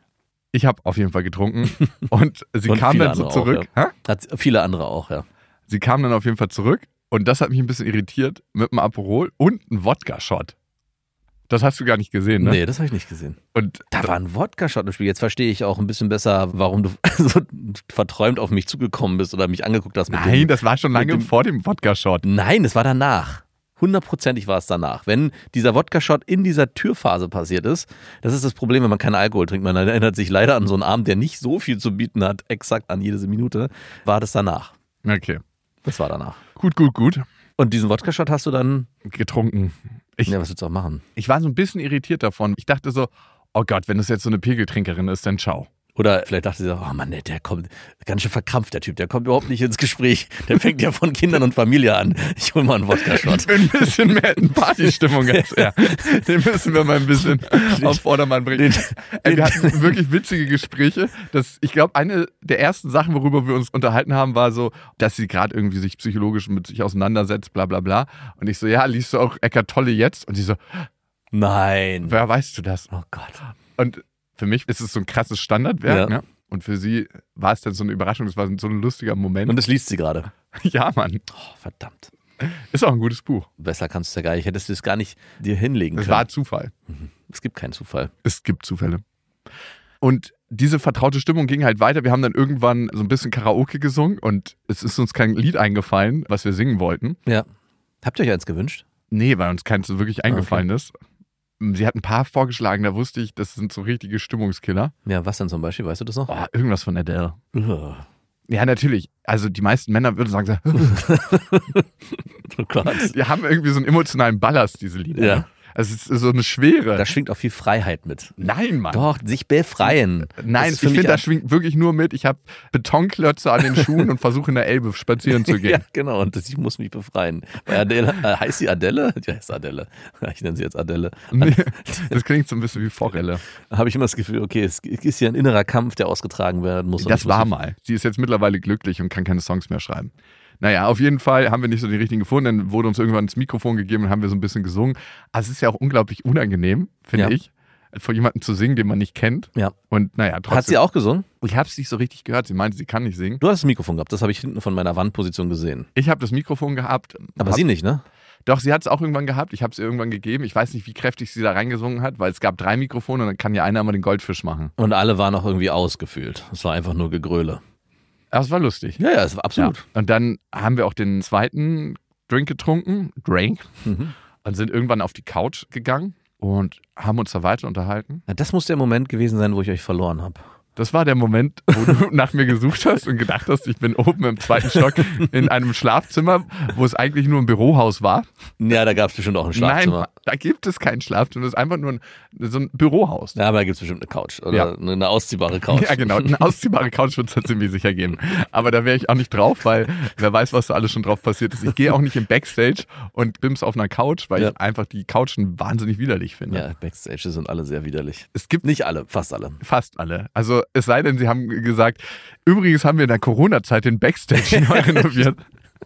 Ich habe auf jeden Fall getrunken und sie Und kam viele dann so andere zurück. Auch, ja. Hä? Hat viele andere auch, ja. Sie kam dann auf jeden Fall zurück und das hat mich ein bisschen irritiert mit einem Aperol und einem Wodka-Shot. Das hast du gar nicht gesehen, ne? Nee, das habe ich nicht gesehen. Und Da war ein Wodka-Shot im Spiel. Jetzt verstehe ich auch ein bisschen besser, warum du so verträumt auf mich zugekommen bist oder mich angeguckt hast. Mit nein, dem, das war schon lange dem- vor dem Wodka-Shot. Nein, es war danach. Hundertprozentig war es danach. Wenn dieser Wodka-Shot in dieser Türphase passiert ist, das ist das Problem, wenn man keinen Alkohol trinkt. Man erinnert sich leider an so einen Abend, der nicht so viel zu bieten hat, exakt an jede Minute, war das danach. Okay. Das war danach. Gut, gut, gut. Und diesen Wodka-Shot hast du dann, Getrunken. Ich, ja, was willst du auch machen? ich war so ein bisschen irritiert davon. Ich dachte so, oh Gott, wenn das jetzt so eine Pegeltrinkerin ist, dann ciao. Oder vielleicht dachte sie, oh Mann, der, der kommt ganz schön verkrampft, der Typ, der kommt überhaupt nicht ins Gespräch. Der fängt ja von Kindern und Familie an. Ich hol mal einen Wodka-Shot. Ich bin ein bisschen mehr in Partystimmung jetzt. Ja. Den müssen wir mal ein bisschen auf Vordermann bringen. Ey, wir hatten wirklich witzige Gespräche. Das, ich glaube, eine der ersten Sachen, worüber wir uns unterhalten haben, war so, dass sie gerade irgendwie sich psychologisch mit sich auseinandersetzt, bla bla bla. Und ich so, ja, liest du auch Eckart Tolle jetzt? Und sie so, Nein. woher weißt du das? Oh Gott. Und für mich ist es so ein krasses Standardwerk, Ja. ne? Und für sie war es dann so eine Überraschung, das war so ein lustiger Moment. Und das liest sie gerade. ja, Mann. Oh, verdammt. Ist auch ein gutes Buch. Besser kannst du es ja gar nicht. Hättest du es gar nicht dir hinlegen Es können. war Zufall. Es gibt keinen Zufall. Es gibt Zufälle. Und diese vertraute Stimmung ging halt weiter. Wir haben dann irgendwann so ein bisschen Karaoke gesungen und es ist uns kein Lied eingefallen, was wir singen wollten. Ja. Habt ihr euch eins gewünscht? Nee, weil uns keins so wirklich eingefallen ist. Sie hat ein paar vorgeschlagen, da wusste ich, das sind so richtige Stimmungskiller. Ja, was denn zum Beispiel? Weißt du das noch? Oh, irgendwas von Adele. Ugh. Ja, natürlich. Also die meisten Männer würden sagen, so, Oh Gott. die haben irgendwie so einen emotionalen Ballast, diese Lieder. Ja. ne? Also es ist so eine Schwere. Da schwingt auch viel Freiheit mit. Nein, Mann. Doch, sich befreien. Nein, Das ich für mich finde, da ein- schwingt wirklich nur mit. Ich habe Betonklötze an den Schuhen und versuche in der Elbe spazieren zu gehen. Ja, genau. Und das, ich muss mich befreien. Bei Adele, äh, heißt sie Adele? Ja, heißt Adele. Ich nenne sie jetzt Adele. Nee, das klingt so ein bisschen wie Forelle. Habe ich immer das Gefühl, okay, es ist ja ein innerer Kampf, der ausgetragen werden muss. Und Das ich muss war mich- mal. Sie ist jetzt mittlerweile glücklich und kann keine Songs mehr schreiben. Naja, auf jeden Fall haben wir nicht so die richtigen gefunden. Dann wurde uns irgendwann das Mikrofon gegeben und haben wir so ein bisschen gesungen. Also es ist ja auch unglaublich unangenehm, finde Ja. ich, vor jemandem zu singen, den man nicht kennt. Ja. Und naja, trotzdem. Hat sie auch gesungen? Ich habe es nicht so richtig gehört. Sie meinte, sie kann nicht singen. Du hast das Mikrofon gehabt, das habe ich hinten von meiner Wandposition gesehen. Ich habe das Mikrofon gehabt. Aber hab, sie nicht, ne? Doch, sie hat es auch irgendwann gehabt. Ich habe es ihr irgendwann gegeben. Ich weiß nicht, wie kräftig sie da reingesungen hat, weil es gab drei Mikrofone und dann kann ja einer immer den Goldfisch machen. Und alle waren auch irgendwie ausgefüllt. Es war einfach nur Gegröle. Das war lustig. Ja, ja, es war absolut. Ja. Und dann haben wir auch den zweiten Drink getrunken, Drink, Mhm. und sind irgendwann auf die Couch gegangen und haben uns da weiter unterhalten. Ja, das muss der Moment gewesen sein, wo ich euch verloren habe. Das war der Moment, wo du nach mir gesucht hast und gedacht hast, ich bin oben im zweiten Stock in einem Schlafzimmer, wo es eigentlich nur ein Bürohaus war. Ja, da gab es bestimmt auch ein Schlafzimmer. Nein, da gibt es kein Schlafzimmer, das ist einfach nur ein, so ein Bürohaus. Ja, aber da gibt es bestimmt eine Couch oder Ja. eine ausziehbare Couch. Ja, genau. Eine ausziehbare Couch wird es ziemlich sicher geben. Aber da wäre ich auch nicht drauf, weil wer weiß, was da alles schon drauf passiert ist. Ich gehe auch nicht im Backstage und bims auf einer Couch, weil Ja. ich einfach die Couchen wahnsinnig widerlich finde. Ja, Backstage sind alle sehr widerlich. Es gibt Nicht alle, fast alle. fast alle. Also es sei denn, sie haben gesagt, übrigens haben wir in der Corona-Zeit den Backstage neu renoviert.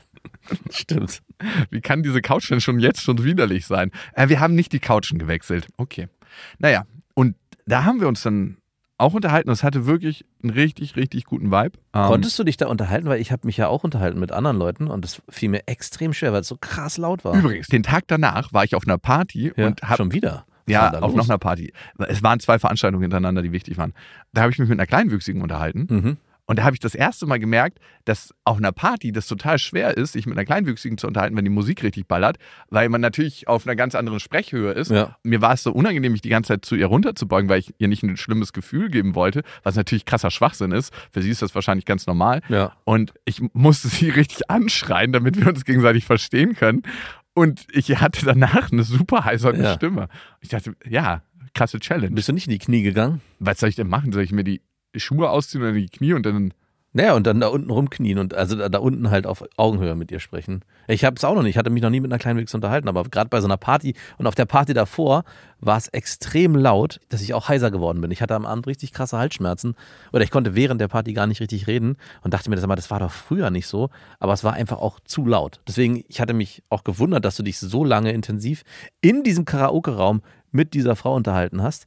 Stimmt. Wie kann diese Couch denn schon jetzt schon widerlich sein? Äh, wir haben nicht die Couchen gewechselt. Okay. Naja, und da haben wir uns dann auch unterhalten. Es hatte wirklich einen richtig, richtig guten Vibe. Ähm, Konntest du dich da unterhalten? Weil ich habe mich ja auch unterhalten mit anderen Leuten und das fiel mir extrem schwer, weil es so krass laut war. Übrigens, den Tag danach war ich auf einer Party Ja, und habe schon wieder. Was ja war da auf los? noch einer Party. Es waren zwei Veranstaltungen hintereinander, die wichtig waren. Da habe ich mich mit einer Kleinwüchsigen unterhalten. Mhm. Und da habe ich das erste Mal gemerkt, dass auf einer Party das total schwer ist, sich mit einer Kleinwüchsigen zu unterhalten, wenn die Musik richtig ballert, weil man natürlich auf einer ganz anderen Sprechhöhe ist. Ja. Mir war es so unangenehm, mich die ganze Zeit zu ihr runterzubeugen, weil ich ihr nicht ein schlimmes Gefühl geben wollte, was natürlich krasser Schwachsinn ist. Für sie ist das wahrscheinlich ganz normal. Ja. Und ich musste sie richtig anschreien, damit wir uns gegenseitig verstehen können. Und ich hatte danach eine super heiserne Ja. Stimme. Ich dachte, ja, krasse Challenge. Bist du nicht in die Knie gegangen? Was soll ich denn machen? Soll ich mir die Schuhe ausziehen oder die Knie und dann... Naja, und dann da unten rumknien und also da, da unten halt auf Augenhöhe mit ihr sprechen. Ich habe es auch noch nicht, ich hatte mich noch nie mit einer Kleinwüchsigen unterhalten, aber gerade bei so einer Party und auf der Party davor war es extrem laut, dass ich auch heiser geworden bin. Ich hatte am Abend richtig krasse Halsschmerzen oder ich konnte während der Party gar nicht richtig reden und dachte mir, das, das war doch früher nicht so, aber es war einfach auch zu laut. Deswegen, ich hatte mich auch gewundert, dass du dich so lange intensiv in diesem Karaoke-Raum mit dieser Frau unterhalten hast,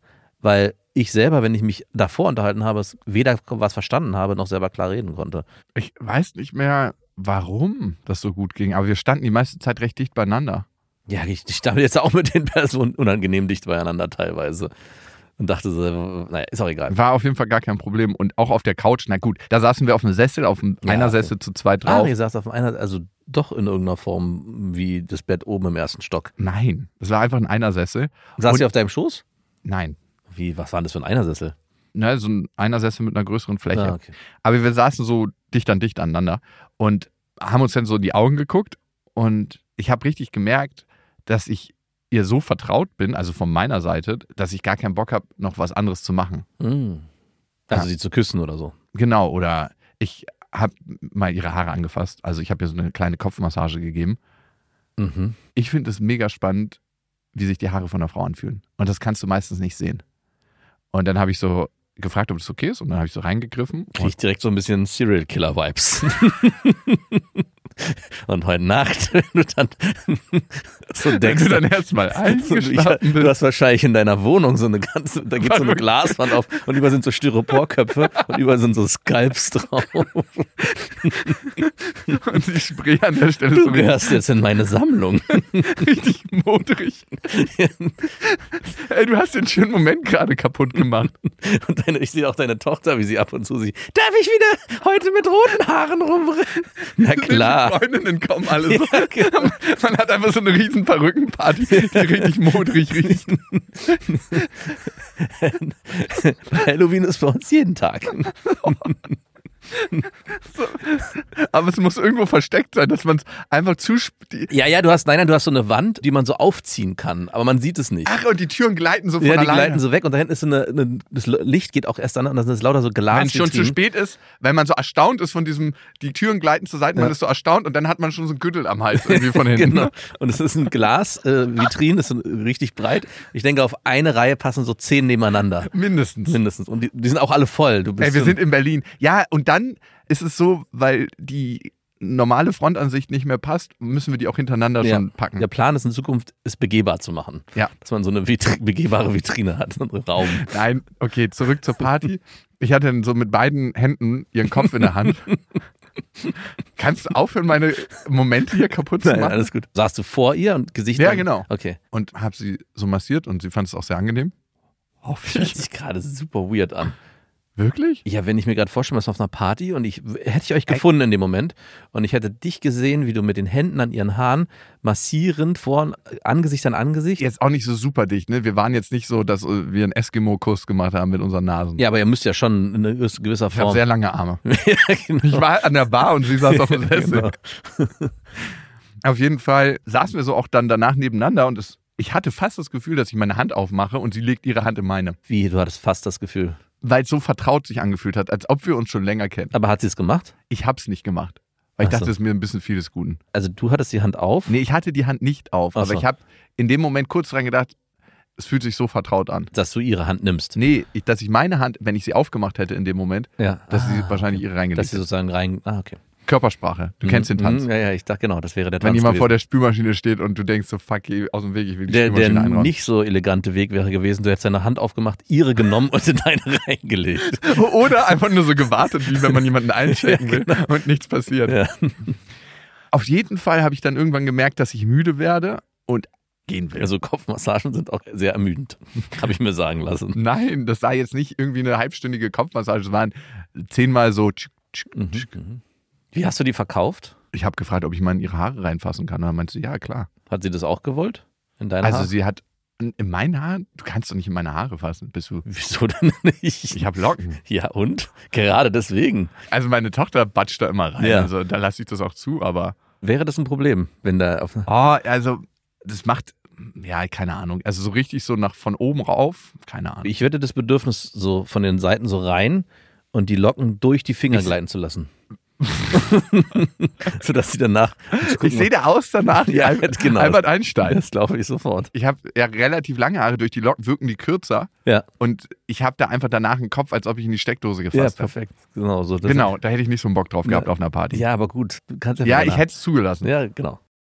weil ich selber, wenn ich mich davor unterhalten habe, weder was verstanden habe, noch selber klar reden konnte. Ich weiß nicht mehr, warum das so gut ging, aber wir standen die meiste Zeit recht dicht beieinander. Ja, ich stand jetzt auch mit den Personen unangenehm dicht beieinander teilweise. Und dachte so, naja, ist auch egal. War auf jeden Fall gar kein Problem. Und auch auf der Couch, na gut, da saßen wir auf einem Sessel, auf einem Ja, einer okay. Sessel zu zweit drauf. Ah, ihr saßt auf einer, also doch in irgendeiner Form wie das Bett oben im ersten Stock. Nein, das war einfach ein Einersessel. Saß Und- ihr auf deinem Schoß? Nein, Wie, was war denn das für ein Einersessel? ne, so ein Einersessel mit einer größeren Fläche. Ah, okay. Aber wir saßen so dicht an dicht aneinander und haben uns dann so in die Augen geguckt und ich habe richtig gemerkt, dass ich ihr so vertraut bin, also von meiner Seite, dass ich gar keinen Bock habe, noch was anderes zu machen. Mm. Also Ja. sie zu küssen oder so. Genau, oder ich habe mal ihre Haare angefasst. Also ich habe ihr so eine kleine Kopfmassage gegeben. Mhm. Ich finde es mega spannend, wie sich die Haare von einer Frau anfühlen. Und das kannst du meistens nicht sehen. Und dann habe ich so gefragt, ob das okay ist. Und dann habe ich so reingegriffen. Krieg ich direkt so ein bisschen Serial-Killer-Vibes. Und heute Nacht, wenn du dann so Wenn denkst, du dann erstmal so, ich, eingeschlafen du bist. hast wahrscheinlich in deiner Wohnung so eine ganze, da geht so eine Glaswand auf und überall sind so Styroporköpfe und überall sind so Skalps drauf. Und die Spray an der Stelle Du so gehörst jetzt in meine Sammlung. richtig modrig. Ey, du hast den schönen Moment gerade kaputt gemacht. Und deine, ich sehe auch deine Tochter, wie sie ab und zu sich, darf ich wieder heute mit roten Haaren rumrennen? Na klar. Die Freundinnen kommen alle so. Ja, genau. Man hat einfach so eine riesen Perückenparty, die richtig modrig riecht. Halloween ist bei uns jeden Tag. Aber es muss irgendwo versteckt sein, dass man es einfach zusp... Ja, ja, du hast, nein, nein, du hast so eine Wand, die man so aufziehen kann, aber man sieht es nicht. Ach, und die Türen gleiten so von Ja, die alleine. gleiten so weg und da hinten ist so eine, eine, das Licht geht auch erst an und das ist lauter so Glas. Wenn es schon zu spät ist, wenn man so erstaunt ist von diesem, die Türen gleiten zur Seite, man Ja. ist so erstaunt und dann hat man schon so ein Gürtel am Hals irgendwie von hinten. Genau. Und es ist ein Glas-Vitrin, äh, Vitrin, das ist so richtig breit. Ich denke, auf eine Reihe passen so zehn nebeneinander. Mindestens. Mindestens. Und die, die sind auch alle voll. Du bist Ey, wir so- sind in Berlin. Ja, und dann ist es so, weil die normale Frontansicht nicht mehr passt, müssen wir die auch hintereinander Ja. schon packen. Der Plan ist in Zukunft, es begehbar zu machen. Ja. Dass man so eine Vitri- begehbare Vitrine hat, so einen Raum. Nein, okay, zurück zur Party. Ich hatte dann so mit beiden Händen ihren Kopf in der Hand. Kannst du aufhören, meine Momente hier kaputt zu Nein, machen? alles gut. Saßt du vor ihr und Gesicht Ja, an- genau. Okay. Und habe sie so massiert und sie fand es auch sehr angenehm. Hoffe Hört ich. sich gerade super weird an. Wirklich? Ja, wenn ich mir gerade vorstelle, was auf einer Party und ich hätte ich euch gefunden in dem Moment und ich hätte dich gesehen, wie du mit den Händen an ihren Haaren massierend vor Angesicht an Angesicht. Jetzt auch nicht so super dicht, ne? Wir waren jetzt nicht so, dass wir einen Eskimo-Kuss gemacht haben mit unseren Nasen. Ja, aber ihr müsst ja schon in einer gewisser Ich habe Form. sehr lange Arme. ja, genau. Ich war an der Bar und sie saß auf dem Sessel. Genau. Auf jeden Fall saßen wir so auch dann danach nebeneinander und es, ich hatte fast das Gefühl, dass ich meine Hand aufmache und sie legt ihre Hand in meine. Wie, du hattest fast das Gefühl. Weil es so vertraut sich angefühlt hat, als ob wir uns schon länger kennen. Aber hat sie es gemacht? Ich hab's nicht gemacht. Weil ich Ach so. dachte, es ist mir ein bisschen viel des Guten. Also du hattest die Hand auf? Nee, ich hatte die Hand nicht auf, Ach aber so. ich habe in dem Moment kurz dran gedacht, es fühlt sich so vertraut an. Dass du ihre Hand nimmst. Nee, ich, dass ich meine Hand, wenn ich sie aufgemacht hätte in dem Moment, Ja. dass sie Ah, wahrscheinlich ihre reingelegt Dass sie hat. sozusagen rein. Ah, okay. Körpersprache. Du kennst den Tanz. Mhm, ja, ja, ich dachte genau, das wäre der Tanz. Wenn jemand gewesen. vor der Spülmaschine steht und du denkst so, fuck, geh aus dem Weg, ich will die Der, der Spülmaschine einräumen. nicht so elegante Weg wäre gewesen, du hättest deine Hand aufgemacht, ihre genommen und in deine reingelegt. Oder einfach nur so gewartet, wie wenn man jemanden einchecken will und nichts passiert. Ja. Auf jeden Fall habe ich dann irgendwann gemerkt, dass ich müde werde und gehen will. Also Kopfmassagen sind auch sehr ermüdend, habe ich mir sagen lassen. Nein, das war jetzt nicht irgendwie eine halbstündige Kopfmassage, es waren zehnmal so. tschuk, tschuk, Mhm, tschuk. mhm. Wie hast du die verkauft? Ich habe gefragt, ob ich mal in ihre Haare reinfassen kann. Und dann meinte sie, ja, klar. Hat sie das auch gewollt? In deiner Also Haar? sie hat in meinen Haaren, du kannst doch nicht in meine Haare fassen, bist du. Wieso denn nicht? Ich habe Locken. Ja und? Gerade deswegen. Also meine Tochter batscht da immer rein. Ja. Also da lasse ich das auch zu, aber. Wäre das ein Problem, wenn da auf... Oh, also das macht, ja, keine Ahnung. Also so richtig so nach von oben rauf, keine Ahnung. Ich hätte das Bedürfnis, so von den Seiten so rein und die Locken durch die Finger Ich- gleiten zu lassen. Sodass sie danach... Ich sehe da aus danach wie Ja, Albert, genau. Albert Einstein. Das glaube ich sofort. Ich habe ja relativ lange Haare, durch die Locken wirken die kürzer Ja, und ich habe da einfach danach einen Kopf, als ob ich in die Steckdose ja gefasst habe. perfekt. Genau, so. Das Genau, da hätte ich nicht so einen Bock drauf gehabt Ja. auf einer Party. Ja, aber gut. Du kannst ja Ja, wieder ich nach- hätte es zugelassen. Ja, genau.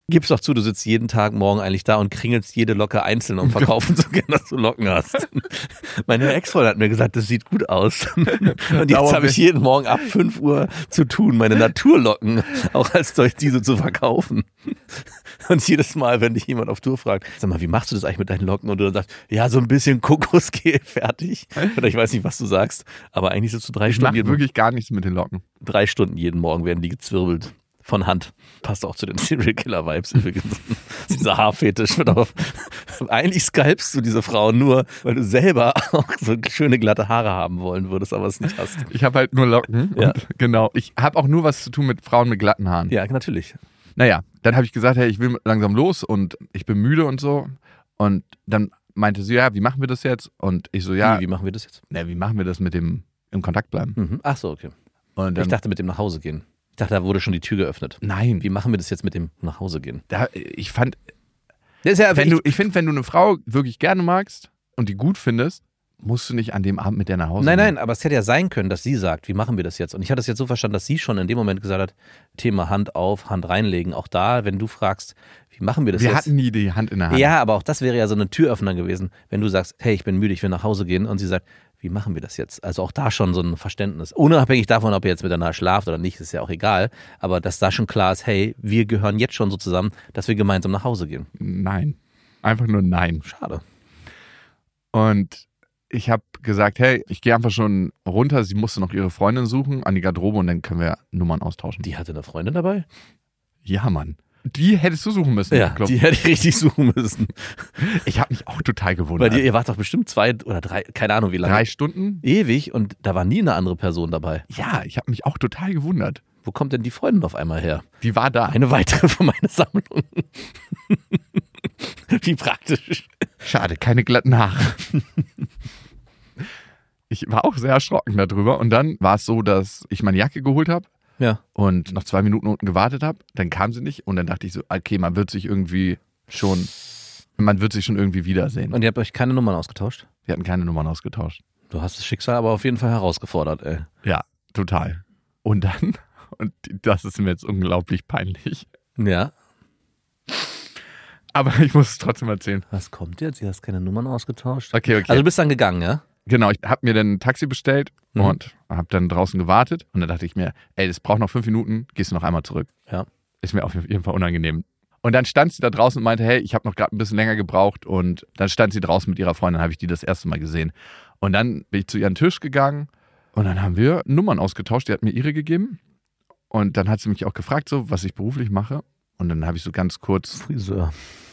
Gib's doch zu, du sitzt jeden Tag morgen eigentlich da und kringelst jede Locke einzeln, um verkaufen zu können, dass du Locken hast. Meine Ex-Freundin hat mir gesagt, das sieht gut aus. Und jetzt habe ich jeden Morgen ab fünf Uhr zu tun, meine Naturlocken auch als solch diese zu verkaufen. Und jedes Mal, wenn dich jemand auf Tour fragt, sag mal, wie machst du das eigentlich mit deinen Locken? Und du dann sagst, ja, so ein bisschen Kokosgel, fertig. Oder ich weiß nicht, was du sagst, aber eigentlich sitzt du drei Ich Stunden. mache jeden wirklich gar nichts mit den Locken. Drei Stunden jeden Morgen werden die gezwirbelt. Von Hand. Passt auch zu den Serial Killer Vibes übrigens. Dieser Haarfetisch wird auch. Eigentlich skalpst du diese Frau nur, weil du selber auch so schöne glatte Haare haben wollen würdest, aber es nicht hast. Ich habe halt nur Locken. Ja. Und genau. Ich habe auch nur was zu tun mit Frauen mit glatten Haaren. Ja, natürlich. Naja, dann habe ich gesagt, hey, ich will langsam los und ich bin müde und so. Und dann meinte sie, ja, wie machen wir das jetzt? Und ich so, ja. Wie, wie machen wir das jetzt? Na, wie machen wir das mit dem im Kontakt bleiben? Mhm. Ach so, okay. Und dann, Ich dachte mit dem nach Hause gehen. Ich dachte, da wurde schon die Tür geöffnet. nein. Wie machen wir das jetzt mit dem nach Hause gehen? Da, ich fand, Das ist ja, wenn du, ich finde, wenn du eine Frau wirklich gerne magst und die gut findest, musst du nicht an dem Abend mit der nach Hause Nein, gehen. nein, aber es hätte ja sein können, dass sie sagt, wie machen wir das jetzt? Und ich hatte es jetzt so verstanden, dass sie schon in dem Moment gesagt hat, Thema Hand auf, Hand reinlegen. Auch da, wenn du fragst, wie machen wir das Wir jetzt? hatten nie die Hand in der Hand. Ja, aber auch das wäre ja so eine Türöffner gewesen, wenn du sagst, hey, ich bin müde, ich will nach Hause gehen. Und sie sagt, wie machen wir das jetzt? Also auch da schon so ein Verständnis. Unabhängig davon, ob ihr jetzt miteinander schlaft oder nicht, ist ja auch egal. Aber dass da schon klar ist, hey, wir gehören jetzt schon so zusammen, dass wir gemeinsam nach Hause gehen. Nein. Einfach nur nein. Schade. Und ich habe gesagt, hey, ich gehe einfach schon runter. Sie musste noch ihre Freundin suchen an die Garderobe und dann können wir Nummern austauschen. Die hatte eine Freundin dabei? Ja, Mann. Die hättest du suchen müssen. Ja, glaub. die hätte ich richtig suchen müssen. Ich habe mich auch total gewundert. Weil ihr, ihr wart doch bestimmt zwei oder drei, keine Ahnung wie lange. Drei Stunden? Ewig und da war nie eine andere Person dabei. Ja, ich habe mich auch total gewundert. Wo kommt denn die Freundin auf einmal her? Die war da. Eine weitere von meiner Sammlung. Wie praktisch. Schade, keine glatten Haare. Ich war auch sehr erschrocken darüber. Und dann war es so, dass ich meine Jacke geholt habe Ja. und noch zwei Minuten unten gewartet habe. Dann kam sie nicht und dann dachte ich so, okay, man wird sich irgendwie schon, man wird sich schon irgendwie wiedersehen. Und ihr habt euch keine Nummern ausgetauscht? Wir hatten keine Nummern ausgetauscht. Du hast das Schicksal aber auf jeden Fall herausgefordert, ey. Ja, total. Und dann, und das ist mir jetzt unglaublich peinlich, Ja. aber ich muss es trotzdem erzählen. Was kommt jetzt? Du hast keine Nummern ausgetauscht? Okay, okay. Also du bist dann gegangen, ja? Genau, ich habe mir dann ein Taxi bestellt Mhm. und habe dann draußen gewartet. Und dann dachte ich mir, ey, das braucht noch fünf Minuten, gehst du noch einmal zurück. Ja. Ist mir auf jeden Fall unangenehm. Und dann stand sie da draußen und meinte, hey, ich habe noch gerade ein bisschen länger gebraucht. Und dann stand sie draußen mit ihrer Freundin, habe ich die das erste Mal gesehen. Und dann bin ich zu ihrem Tisch gegangen und dann haben wir Nummern ausgetauscht. Die hat mir ihre gegeben. Und dann hat sie mich auch gefragt, so, was ich beruflich mache. Und dann habe ich so ganz kurz, Friseur.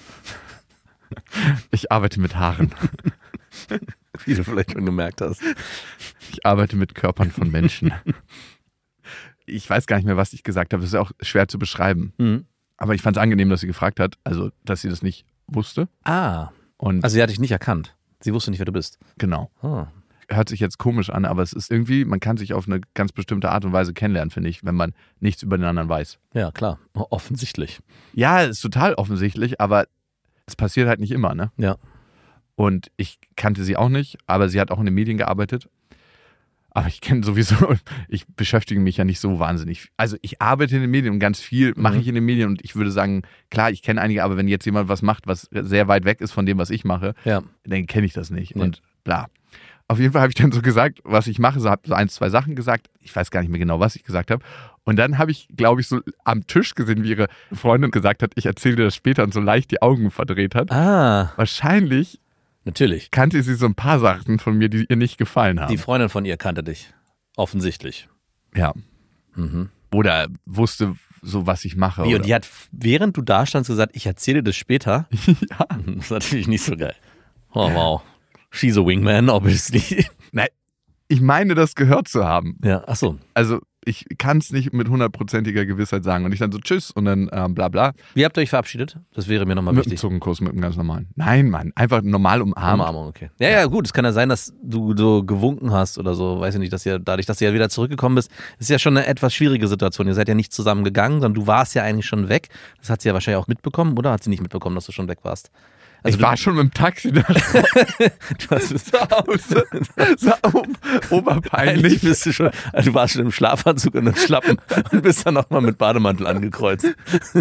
ich arbeite mit Haaren. Wie du vielleicht schon gemerkt hast. Ich arbeite mit Körpern von Menschen. Ich weiß gar nicht mehr, was ich gesagt habe. Das ist auch schwer zu beschreiben. Mhm. Aber ich fand es angenehm, dass sie gefragt hat. Also, dass sie das nicht wusste. Ah. Und Also sie hat dich nicht erkannt. Sie wusste nicht, wer du bist. genau. Ah. Hört sich jetzt komisch an, aber es ist irgendwie, man kann sich auf eine ganz bestimmte Art und Weise kennenlernen, finde ich, wenn man nichts über den anderen weiß. Ja, klar. Offensichtlich. Ja, ist total offensichtlich, aber es passiert halt nicht immer, ne? Ja. Und ich kannte sie auch nicht, aber sie hat auch in den Medien gearbeitet. Aber ich kenne sowieso, ich beschäftige mich ja nicht so wahnsinnig. Also ich arbeite in den Medien und ganz viel mache Mhm. ich in den Medien und ich würde sagen, klar, ich kenne einige, aber wenn jetzt jemand was macht, was sehr weit weg ist von dem, was ich mache, Ja. dann kenne ich das nicht Nee. und bla. Auf jeden Fall habe ich dann so gesagt, was ich mache, so habe so ein, zwei Sachen gesagt. Ich weiß gar nicht mehr genau, was ich gesagt habe. Und dann habe ich, glaube ich, so am Tisch gesehen, wie ihre Freundin gesagt hat, ich erzähle dir das später und so leicht die Augen verdreht hat. Ah, Wahrscheinlich natürlich. kannte sie so ein paar Sachen von mir, die ihr nicht gefallen haben. Die Freundin von ihr kannte dich. Offensichtlich. ja. Mhm. Oder wusste so, was ich mache. Wie, oder? und die hat, während du da standst, gesagt, ich erzähle dir das später. ja. Das ist natürlich nicht so geil. Oh, wow. She's a wingman, obviously. Nein, ich meine, das gehört zu haben. Ja, ach so. Also ich kann es nicht mit hundertprozentiger Gewissheit sagen. Und ich dann so, tschüss und dann ähm, bla bla. Wie habt ihr euch verabschiedet? Das wäre mir nochmal Mit dem wichtig. Zungenkuss, mit dem ganz normalen. Nein, Mann, einfach normal umarmt. Umarmung, okay. Ja, ja, gut. Es kann ja sein, dass du so gewunken hast oder so. Weiß ich nicht, dass ihr, dadurch, dass du ja wieder zurückgekommen bist, ist ja schon eine etwas schwierige Situation. Ihr seid ja nicht zusammen gegangen, sondern du warst ja eigentlich schon weg. Das hat sie ja wahrscheinlich auch mitbekommen, oder? Hat sie nicht mitbekommen, dass du schon weg warst? Also ich war schon mit dem Taxi da. du hast Zu Hause. So um, oberpeinlich. Eigentlich bist du schon, also du warst schon im Schlafanzug und im Schlappen und bist dann nochmal mit Bademantel angekreuzt.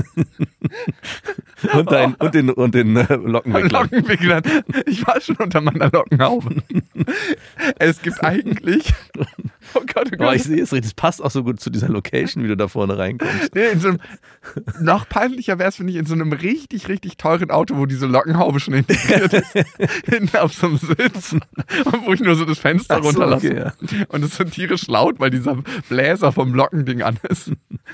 und, dein, und den, und den äh, Lockenwicklern. Lockenwicklern. Ich war schon unter meiner Lockenhaube. Es gibt eigentlich... Oh Gott, oh Gott. Oh, ich sehe es richtig, das passt auch so gut zu dieser Location, wie du da vorne reinkommst. Nee, in so einem, noch peinlicher wäre es, finde ich, in so einem richtig, richtig teuren Auto, wo diese Lockenhaube schon integriert ist, hinten auf so einem Sitz, und wo ich nur so das Fenster Ach so, runterlasse. okay, ja. Und es ist so tierisch laut, weil dieser Bläser vom Lockending an ist.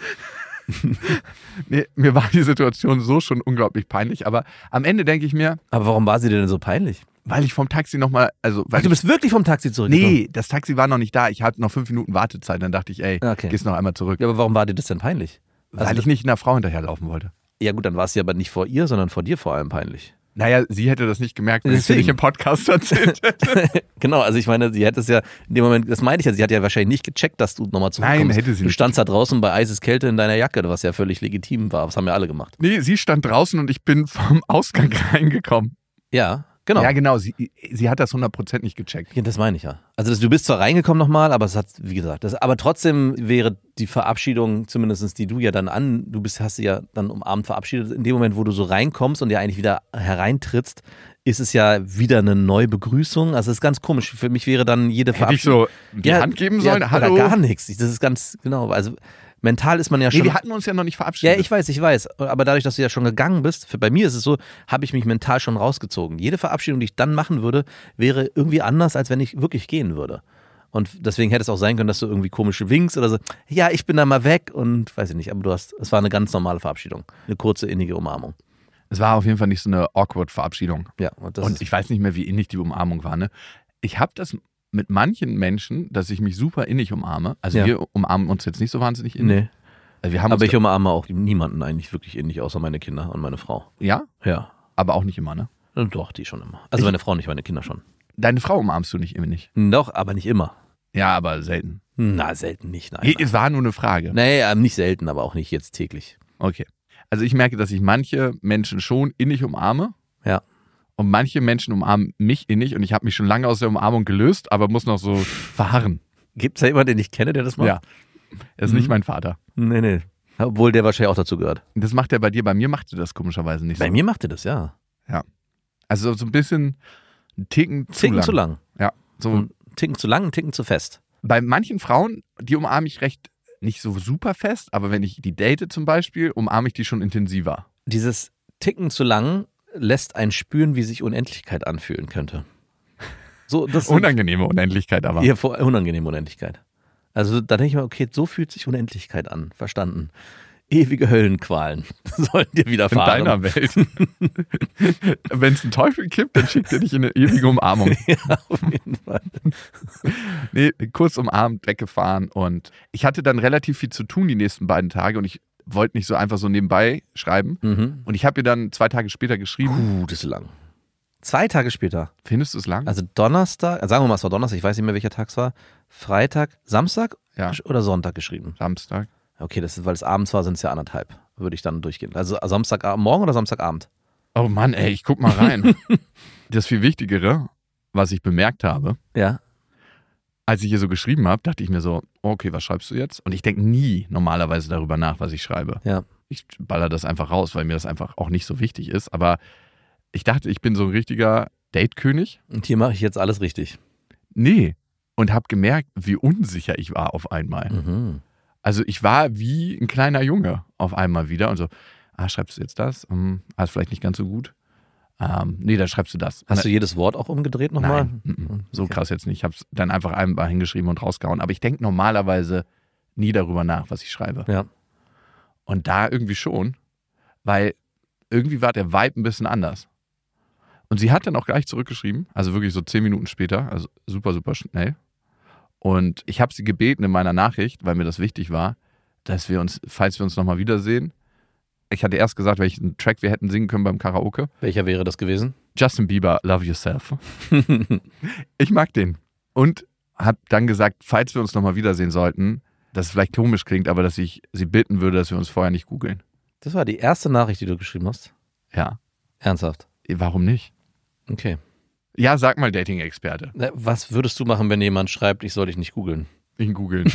Nee, mir war die Situation so schon unglaublich peinlich, aber am Ende denke ich mir, Aber warum war sie dir denn so peinlich? weil ich vom Taxi nochmal, also, weil Ach, du bist wirklich vom Taxi ich, zurückgekommen? nee, das Taxi war noch nicht da, ich hatte noch fünf Minuten Wartezeit, dann dachte ich, ey, Okay. gehst noch einmal zurück, Ja, aber warum war dir das denn peinlich? weil Also ich nicht einer Frau hinterherlaufen wollte. Ja gut, dann war es ja aber nicht vor ihr, sondern vor dir vor allem peinlich. Naja, sie hätte das nicht gemerkt, wenn ich Deswegen. sie nicht im Podcast erzählt hätte. Genau, also ich meine, sie hätte es ja in dem Moment, das meinte ich ja, sie hat ja wahrscheinlich nicht gecheckt, dass du nochmal zurückkommst. Nein, hätte sie Du nicht. standst da draußen bei Eiseskälte in deiner Jacke, was ja völlig legitim war. Das haben ja alle gemacht. Nee, sie stand draußen und ich bin vom Ausgang reingekommen. Ja, genau. Ja, genau, sie, sie hat das hundert Prozent nicht gecheckt. Ja, das meine ich ja. Also das, du bist zwar reingekommen nochmal, aber es hat, wie gesagt, das, aber trotzdem wäre die Verabschiedung, zumindest die du ja dann an, du bist, hast sie ja dann umarmt verabschiedet, in dem Moment, wo du so reinkommst und ja eigentlich wieder hereintrittst, ist es ja wieder eine Neubegrüßung. Also das ist ganz komisch. Für mich wäre dann jede Hätte ich Verabschiedung... so die Hand geben sollen? Ja, Hallo? oder gar nichts. Das ist ganz, genau, also mental ist man ja Nee, schon... wir hatten uns ja noch nicht verabschiedet. Ja, ich weiß, ich weiß. Aber dadurch, dass du ja schon gegangen bist, für, bei mir ist es so, habe ich mich mental schon rausgezogen. Jede Verabschiedung, die ich dann machen würde, wäre irgendwie anders, als wenn ich wirklich gehen würde. Und deswegen hätte es auch sein können, dass du irgendwie komisch winkst oder so. Ja, ich bin da mal weg und weiß ich nicht. Aber du hast, es war eine ganz normale Verabschiedung. Eine kurze, innige Umarmung. Es war auf jeden Fall nicht so eine awkward Verabschiedung. Ja, und das Und ist, ich weiß nicht mehr, wie innig die Umarmung war. Ne? Ich habe das mit manchen Menschen, dass ich mich super innig umarme. Also Ja. wir umarmen uns jetzt nicht so wahnsinnig innig. nee. Also wir haben Aber uns ich umarme auch niemanden eigentlich wirklich innig, außer meine Kinder und meine Frau. ja, Ja. aber auch nicht immer, ne? Und doch, die schon immer. Also Ich- meine Frau nicht, meine Kinder schon. Deine Frau umarmst du nicht innig. Doch, aber nicht immer. Ja, aber selten. Na, selten nicht, nein. Nee, es war nur eine Frage. Nee, ähm, nicht selten, aber auch nicht jetzt täglich. Okay. Also ich merke, dass ich manche Menschen schon innig umarme. Ja. Und manche Menschen umarmen mich innig und ich habe mich schon lange aus der Umarmung gelöst, aber muss noch so verharren. Gibt es da jemanden, den ich kenne, der das macht? Ja. Er ist Mhm. nicht mein Vater. Nee, nee. Obwohl der wahrscheinlich auch dazu gehört. Das macht er bei dir, bei mir macht er das komischerweise nicht Bei so. mir macht er das, ja. Also so ein bisschen einen Ticken zu Ticken lang. zu lang. Ja. So Ein Ticken zu lang, ein Ticken zu fest. bei manchen Frauen, die umarme ich recht nicht so super fest, aber wenn ich die date zum Beispiel, umarme ich die schon intensiver. Dieses Ticken zu lang lässt einen spüren, wie sich Unendlichkeit anfühlen könnte. So, das ist Unangenehme Unendlichkeit aber. ja, vor- unangenehme Unendlichkeit. Also da denke ich mir, okay, so fühlt sich Unendlichkeit an. Verstanden. Ewige Höllenqualen sollen dir In widerfahren. deiner Welt. Wenn es einen Teufel gibt, dann schickt er dich in eine ewige Umarmung. Ja, auf jeden Fall. Nee, kurz umarmt, weggefahren und ich hatte dann relativ viel zu tun die nächsten beiden Tage und ich wollte nicht so einfach so nebenbei schreiben Mhm. und ich habe ihr dann zwei Tage später geschrieben. Puh, das ist lang. Zwei Tage später. Findest du es lang? Also Donnerstag, sagen wir mal, es war Donnerstag, ich weiß nicht mehr, welcher Tag es war. Freitag, Samstag Ja. oder Sonntag geschrieben. Samstag. Okay, das ist, weil es abends war, sind es ja anderthalb. Würde ich dann durchgehen. Also Samstagmorgen oder Samstagabend? Oh Mann, ey, ich guck mal rein. Das viel Wichtigere, was ich bemerkt habe, Ja. als ich hier so geschrieben habe, dachte ich mir so, okay, was schreibst du jetzt? Und ich denke nie normalerweise darüber nach, was ich schreibe. Ja. Ich baller das einfach raus, weil mir das einfach auch nicht so wichtig ist. Aber ich dachte, ich bin so ein richtiger Datekönig. Und hier mache ich jetzt alles richtig. Nee. Und habe gemerkt, wie unsicher ich war auf einmal. Mhm. Also ich war wie ein kleiner Junge auf einmal wieder und so, ah, schreibst du jetzt das? Hm, ah, ist vielleicht nicht ganz so gut. Ähm, nee, dann schreibst du das. Hast du jedes Wort auch umgedreht nochmal? Nein, mhm. so Okay. krass jetzt nicht. Ich habe es dann einfach einmal hingeschrieben und rausgehauen. Aber ich denke normalerweise nie darüber nach, was ich schreibe. Ja. Und da irgendwie schon, weil irgendwie war der Vibe ein bisschen anders. Und sie hat dann auch gleich zurückgeschrieben, also wirklich so zehn Minuten später, also super, super schnell. Und ich habe sie gebeten in meiner Nachricht, weil mir das wichtig war, dass wir uns, falls wir uns nochmal wiedersehen, ich hatte erst gesagt, welchen Track wir hätten singen können beim Karaoke. Welcher wäre das gewesen? Justin Bieber, Love Yourself. Ich mag den. Und habe dann gesagt, falls wir uns nochmal wiedersehen sollten, dass es vielleicht komisch klingt, aber dass ich sie bitten würde, dass wir uns vorher nicht googeln. Das war die erste Nachricht, die du geschrieben hast? Ja. Ernsthaft? Warum nicht? Okay. Ja, sag mal, Dating-Experte. Na, was würdest du machen, wenn jemand schreibt, ich soll dich nicht googeln? Ihn googeln.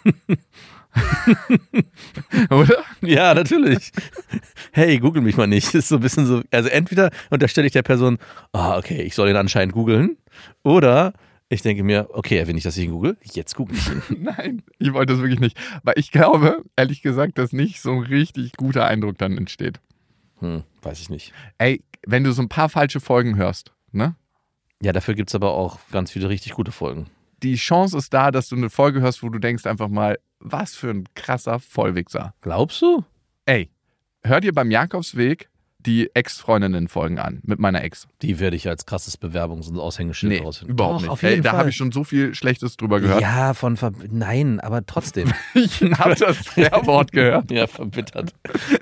Oder? Ja, natürlich. Hey, google mich mal nicht. Das ist so ein bisschen so, also entweder unterstelle ich der Person, ah, okay, ich soll ihn anscheinend googeln, oder ich denke mir, okay, er will nicht, dass ich ihn google, jetzt google ich ihn. Nein, ich wollte das wirklich nicht. Weil ich glaube, ehrlich gesagt, dass nicht so ein richtig guter Eindruck dann entsteht. Hm, weiß ich nicht. Ey, wenn du so ein paar falsche Folgen hörst, ne? Ja, dafür gibt es aber auch ganz viele richtig gute Folgen. Die Chance ist da, dass du eine Folge hörst, wo du denkst einfach mal, was für ein krasser Vollwichser. Glaubst du? Ey, hör dir beim Jakobsweg die Ex-Freundinnen-Folgen an, mit meiner Ex. Die werde ich als krasses Bewerbungs- und Aushängeschild Nee, rausfinden. überhaupt Doch, nicht. auf jeden Ey, da Fall. habe ich schon so viel Schlechtes drüber gehört. Ja, von Ver Nein, aber trotzdem. Ich habe das Wort gehört. Ja, verbittert.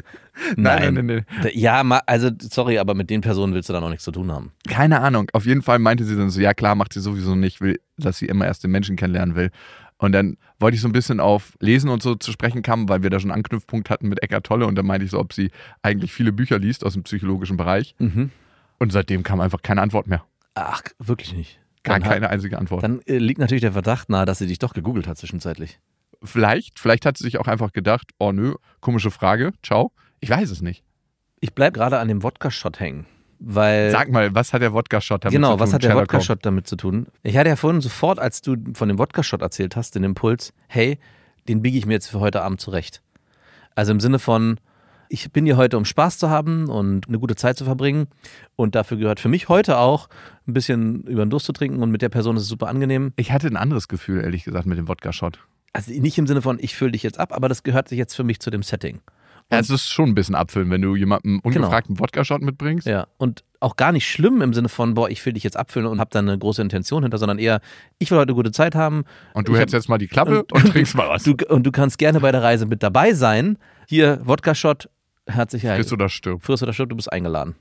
Nein, nein, nein, nein. Ja, ma- also sorry, aber mit den Personen willst du da noch nichts zu tun haben. Keine Ahnung. Auf jeden Fall meinte sie dann so, ja klar, macht sie sowieso nicht, will, dass sie immer erst den Menschen kennenlernen will. Und dann wollte ich so ein bisschen auf Lesen und so zu sprechen kommen, weil wir da schon einen Anknüpfpunkt hatten mit Eckart Tolle. Und dann meinte ich so, ob sie eigentlich viele Bücher liest aus dem psychologischen Bereich. Mhm. Und seitdem kam einfach keine Antwort mehr. Ach, wirklich nicht. Gar Dann keine hat, einzige Antwort. Dann äh, liegt natürlich der Verdacht nahe, dass sie dich doch gegoogelt hat zwischenzeitlich. Vielleicht, vielleicht hat sie sich auch einfach gedacht, oh nö, komische Frage, ciao. Ich weiß es nicht. Ich bleib gerade an dem Wodka-Shot hängen. Weil, Sag mal, was hat der Wodka-Shot damit genau, zu tun? was hat der Sherlock Wodka-Shot damit zu tun? Ich hatte ja vorhin sofort, als du von dem Wodka-Shot erzählt hast, den Impuls, hey, den biege ich mir jetzt für heute Abend zurecht. Also im Sinne von, ich bin hier heute, um Spaß zu haben und eine gute Zeit zu verbringen. Und dafür gehört für mich heute auch, ein bisschen über den Durst zu trinken. Und mit der Person ist es super angenehm. Ich hatte ein anderes Gefühl, ehrlich gesagt, mit dem Wodka-Shot. Also nicht im Sinne von, ich fülle dich jetzt ab, aber das gehört sich jetzt für mich zu dem Setting. Ja, es ist schon ein bisschen abfüllen, wenn du jemandem ungefragten Wodka-Shot mitbringst. Ja, und auch gar nicht schlimm im Sinne von, boah, ich will dich jetzt abfüllen und habe da eine große Intention hinter, sondern eher, ich will heute eine gute Zeit haben. Und du Ich hältst hab- jetzt mal die Klappe und, und trinkst mal was. Du, und du kannst gerne bei der Reise mit dabei sein. Hier, Wodka-Shot, herzlich Friss oder stirb. Friss oder stirb, du bist eingeladen.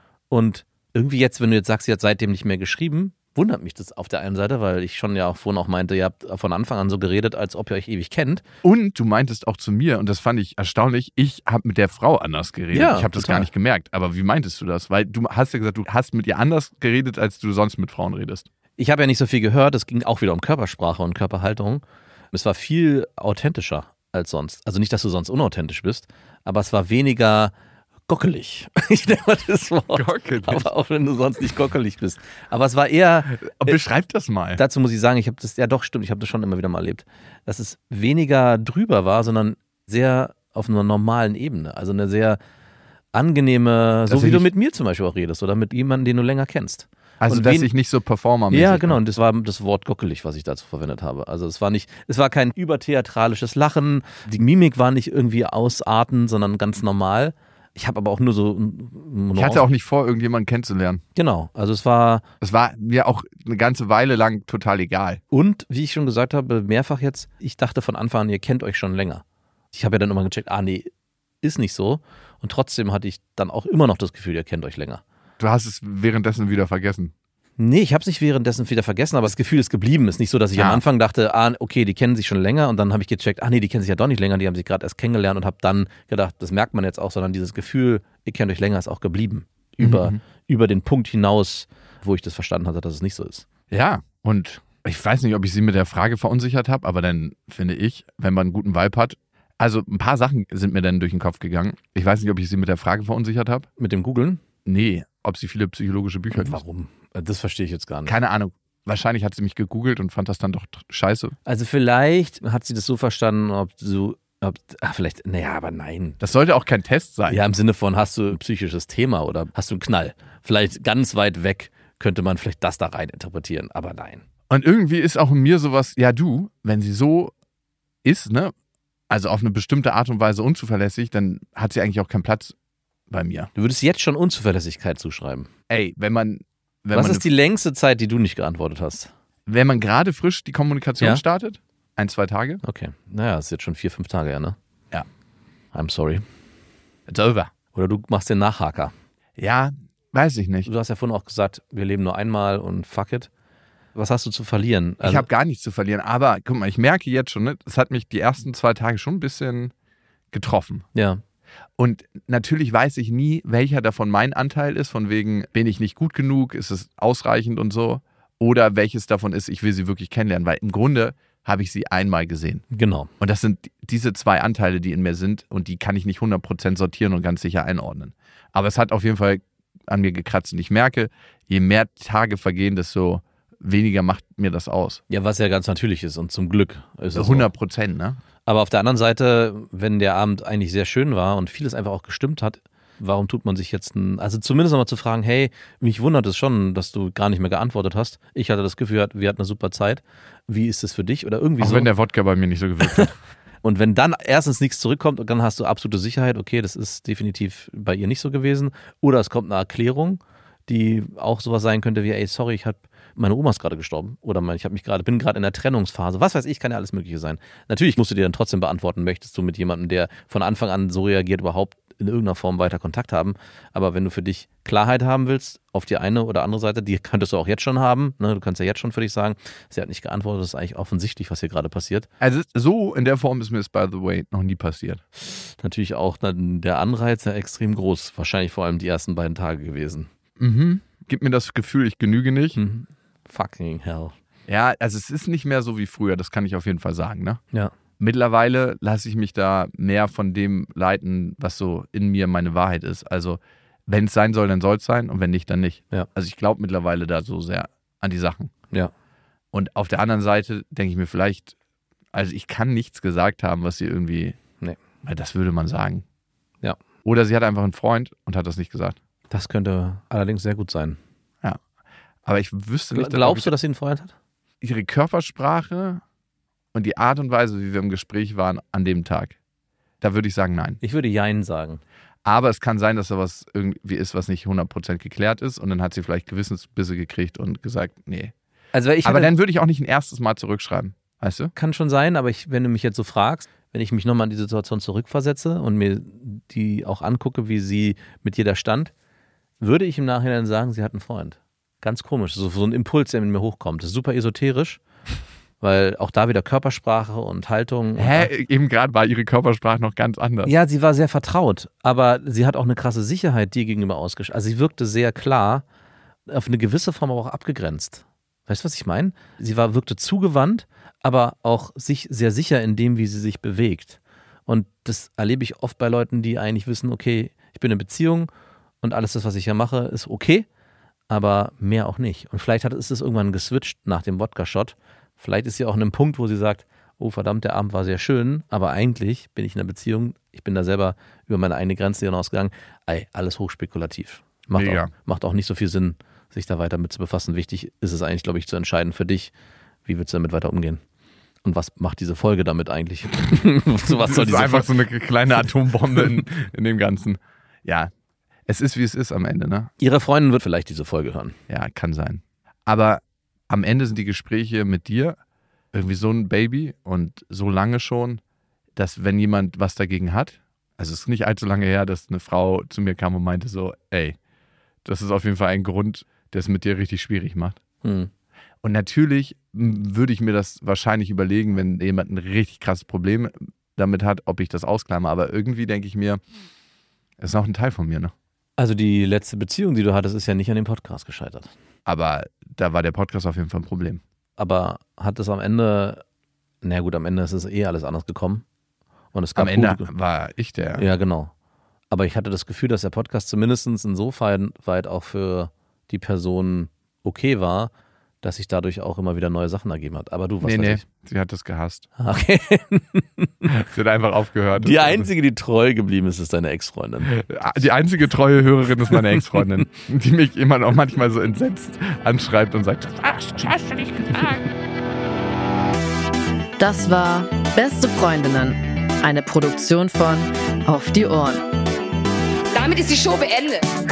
Und irgendwie jetzt, wenn du jetzt sagst, sie hat seitdem nicht mehr geschrieben, wundert mich das auf der einen Seite, weil ich schon ja auch vorhin auch meinte, ihr habt von Anfang an so geredet, als ob ihr euch ewig kennt. Und du meintest auch zu mir, und das fand ich erstaunlich, ich habe mit der Frau anders geredet. Ja, ich habe das total. gar nicht gemerkt. Aber wie meintest du das? Weil du hast ja gesagt, du hast mit ihr anders geredet, als du sonst mit Frauen redest. Ich habe ja nicht so viel gehört, es ging auch wieder um Körpersprache und Körperhaltung. Es war viel authentischer als sonst. Also nicht, dass du sonst unauthentisch bist, aber es war weniger gockelig. Ich denke mal das Wort. Gockelig? Aber auch wenn du sonst nicht gockelig bist. Aber es war eher, Beschreib das mal. dazu muss ich sagen, ich habe das, ja doch stimmt, ich habe das schon immer wieder mal erlebt, dass es weniger drüber war, sondern sehr auf einer normalen Ebene. Also eine sehr angenehme, so Dass wie ich du nicht- mit mir zum Beispiel auch redest oder mit jemandem, den du länger kennst. Also, und dass wen- ich nicht so performermäßig Ja, genau. bin. Und das war das Wort gockelig, was ich dazu verwendet habe. Also es war nicht, es war kein übertheatralisches Lachen. Die Mimik war nicht irgendwie ausartend, sondern ganz normal. Ich habe aber auch nur so. Ich hatte auch nicht vor, irgendjemanden kennenzulernen. Genau. Also es war, Es war mir auch eine ganze Weile lang total egal. und wie ich schon gesagt habe, mehrfach jetzt, ich dachte von Anfang an, ihr kennt euch schon länger. Ich habe ja dann immer gecheckt, ah nee, ist nicht so. Und trotzdem hatte ich dann auch immer noch das Gefühl, ihr kennt euch länger. Du hast es währenddessen wieder vergessen. Nee, ich habe es nicht währenddessen wieder vergessen, aber das Gefühl ist geblieben. Ist nicht so, dass ich Ja. am Anfang dachte, ah, okay, die kennen sich schon länger und dann habe ich gecheckt, ah nee, die kennen sich ja doch nicht länger, die haben sich gerade erst kennengelernt und habe dann gedacht, das merkt man jetzt auch, sondern dieses Gefühl, ihr kennt euch länger, ist auch geblieben. Über, Mhm. über den Punkt hinaus, wo ich das verstanden hatte, dass es nicht so ist. Ja, und ich weiß nicht, ob ich sie mit der Frage verunsichert habe, aber dann finde ich, wenn man einen guten Vibe hat, also ein paar Sachen sind mir dann durch den Kopf gegangen. Ich weiß nicht, ob ich sie mit der Frage verunsichert habe. Mit dem Googlen? Nee, ob sie viele psychologische Bücher liest. Warum? Das verstehe ich jetzt gar nicht. Keine Ahnung. Wahrscheinlich hat sie mich gegoogelt und fand das dann doch tr- scheiße. Also vielleicht hat sie das so verstanden, ob du, ob, ach vielleicht, naja, aber nein. Das sollte auch kein Test sein. Ja, im Sinne von, hast du ein psychisches Thema oder hast du einen Knall? Vielleicht ganz weit weg könnte man vielleicht das da rein interpretieren, aber nein. Und irgendwie ist auch in mir sowas, ja du, wenn sie so ist, ne, also auf eine bestimmte Art und Weise unzuverlässig, dann hat sie eigentlich auch keinen Platz bei mir. Du würdest jetzt schon Unzuverlässigkeit zuschreiben. Ey, wenn man, wenn Was man, ist die längste Zeit, die du nicht geantwortet hast? wenn man gerade frisch die Kommunikation Ja? startet, ein, zwei Tage, Okay. Naja, das ist jetzt schon vier, fünf Tage her, ne? Ja. I'm sorry. it's over. Oder du machst den Nachhaker. Ja, weiß ich nicht. Du hast ja vorhin auch gesagt, wir leben nur einmal und fuck it. Was hast du zu verlieren? Also, Ich habe gar nichts zu verlieren, aber guck mal, ich merke jetzt schon, ne, es hat mich die ersten zwei Tage schon ein bisschen getroffen. ja. Und natürlich weiß ich nie, welcher davon mein Anteil ist, von wegen, bin ich nicht gut genug, ist es ausreichend und so. Oder welches davon ist, ich will sie wirklich kennenlernen, weil im Grunde habe ich sie einmal gesehen. Genau. Und das sind diese zwei Anteile, die in mir sind und die kann ich nicht hundert Prozent sortieren und ganz sicher einordnen. Aber es hat auf jeden Fall an mir gekratzt und ich merke, je mehr Tage vergehen, desto weniger macht mir das aus. Ja, was ja ganz natürlich ist und zum Glück ist es hundert Prozent, ne? Aber auf der anderen Seite, wenn der Abend eigentlich sehr schön war und vieles einfach auch gestimmt hat, warum tut man sich jetzt ein, also zumindest nochmal zu fragen, hey, mich wundert es schon, dass du gar nicht mehr geantwortet hast. Ich hatte das Gefühl, wir hatten eine super Zeit. Wie ist es für dich? Oder irgendwie Auch so. wenn der Wodka bei mir nicht so gewirkt hat. Und wenn dann erstens nichts zurückkommt und dann hast du absolute Sicherheit, okay, das ist definitiv bei ihr nicht so gewesen. Oder es kommt eine Erklärung, die auch sowas sein könnte wie, ey, sorry, ich hab, meine Oma ist gerade gestorben. Oder ich hab mich gerade, bin gerade in der Trennungsphase. Was weiß ich, kann ja alles Mögliche sein. Natürlich musst du dir dann trotzdem beantworten, möchtest du mit jemandem, der von Anfang an so reagiert, überhaupt in irgendeiner Form weiter Kontakt haben. Aber wenn du für dich Klarheit haben willst, auf die eine oder andere Seite, die könntest du auch jetzt schon haben. Ne? Du kannst ja jetzt schon für dich sagen, sie hat nicht geantwortet, das ist eigentlich offensichtlich, was hier gerade passiert. Also so in der Form ist mir das, by the way, noch nie passiert. Natürlich auch dann der Anreiz ja extrem groß. Wahrscheinlich vor allem die ersten beiden Tage gewesen. Mhm. Gibt mir das Gefühl, ich genüge nicht. Mhm. Fucking hell. Ja, also es ist nicht mehr so wie früher, das kann ich auf jeden Fall sagen, ne? Ja. Mittlerweile lasse ich mich da mehr von dem leiten, was so in mir meine Wahrheit ist. Also wenn es sein soll, dann soll es sein und wenn nicht, dann nicht. Ja. Also ich glaube mittlerweile da so sehr an die Sachen. Ja. Und auf der anderen Seite denke ich mir vielleicht, also ich kann nichts gesagt haben, was sie irgendwie, Nee. weil das würde man sagen. Ja. Oder sie hat einfach einen Freund und hat das nicht gesagt. Das könnte allerdings sehr gut sein. Ja. Aber ich wüsste nicht, Glaubst du, dass sie einen Freund hat? ihre Körpersprache und die Art und Weise, wie wir im Gespräch waren an dem Tag, da würde ich sagen, nein. Ich würde Jein sagen. Aber es kann sein, dass da was irgendwie ist, was nicht hundert Prozent geklärt ist und dann hat sie vielleicht Gewissensbisse gekriegt und gesagt, nee. Also ich aber hatte, dann würde ich auch nicht ein erstes Mal zurückschreiben, weißt du? kann schon sein, aber ich, wenn du mich jetzt so fragst, wenn ich mich nochmal in die Situation zurückversetze und mir die auch angucke, wie sie mit dir da stand, würde ich im Nachhinein sagen, sie hat einen Freund. Ganz komisch, so, so ein Impuls, der mit mir hochkommt. Das ist super esoterisch, weil auch da wieder Körpersprache und Haltung. Hä? Und Eben gerade war ihre Körpersprache noch ganz anders. ja, sie war sehr vertraut, aber sie hat auch eine krasse Sicherheit dir gegenüber ausgestrahlt. Also sie wirkte sehr klar, auf eine gewisse Form aber auch abgegrenzt. Weißt du, was ich meine? Sie war, wirkte zugewandt, aber auch sich sehr sicher in dem, wie sie sich bewegt. Und das erlebe ich oft bei Leuten, die eigentlich wissen, okay, ich bin in einer Beziehung und alles das, was ich hier mache, ist okay, aber mehr auch nicht. Und vielleicht hat, ist es irgendwann geswitcht nach dem Wodka-Shot. Vielleicht ist sie auch an einem Punkt, wo sie sagt, oh verdammt, der Abend war sehr schön, aber eigentlich bin ich in einer Beziehung, ich bin da selber über meine eigene Grenze hinausgegangen. Ey, alles hochspekulativ. Macht auch, macht auch nicht so viel Sinn, sich da weiter mit zu befassen. Wichtig ist es eigentlich, glaube ich, zu entscheiden für dich, wie willst du damit weiter umgehen? Und was macht diese Folge damit eigentlich? so, was das soll ist diese einfach Folge? so eine kleine Atombombe in, in dem Ganzen. Ja, es ist, wie es ist am Ende, ne? Ihre Freundin wird vielleicht diese Folge hören. Ja, kann sein. Aber am Ende sind die Gespräche mit dir irgendwie so ein Baby und so lange schon, dass wenn jemand was dagegen hat, also es ist nicht allzu lange her, dass eine Frau zu mir kam und meinte so, ey, das ist auf jeden Fall ein Grund, der es mit dir richtig schwierig macht. Hm. Und natürlich würde ich mir das wahrscheinlich überlegen, wenn jemand ein richtig krasses Problem damit hat, ob ich das ausklammer. Aber irgendwie denke ich mir, es ist auch ein Teil von mir, ne? Also die letzte Beziehung, die du hattest, ist ja nicht an dem Podcast gescheitert. Aber da war der Podcast auf jeden Fall ein Problem. Aber hat es am Ende, na gut, am Ende ist es eh alles anders gekommen. Und es gab Am Ende gute, war ich der. ja, genau. Aber ich hatte das Gefühl, dass der Podcast zumindest insofern weit auch für die Person okay war, dass sich dadurch auch immer wieder neue Sachen ergeben hat. Aber du, was nee, weiß nee, ich. sie hat das gehasst. Okay. Sie hat einfach aufgehört. Die einzige, die treu geblieben ist, ist deine Ex-Freundin. Die einzige treue Hörerin ist meine Ex-Freundin, die mich immer noch manchmal so entsetzt anschreibt und sagt, was hast du nicht gesagt? Das war Beste Freundinnen, eine Produktion von Auf die Ohren. Damit ist die Show beendet.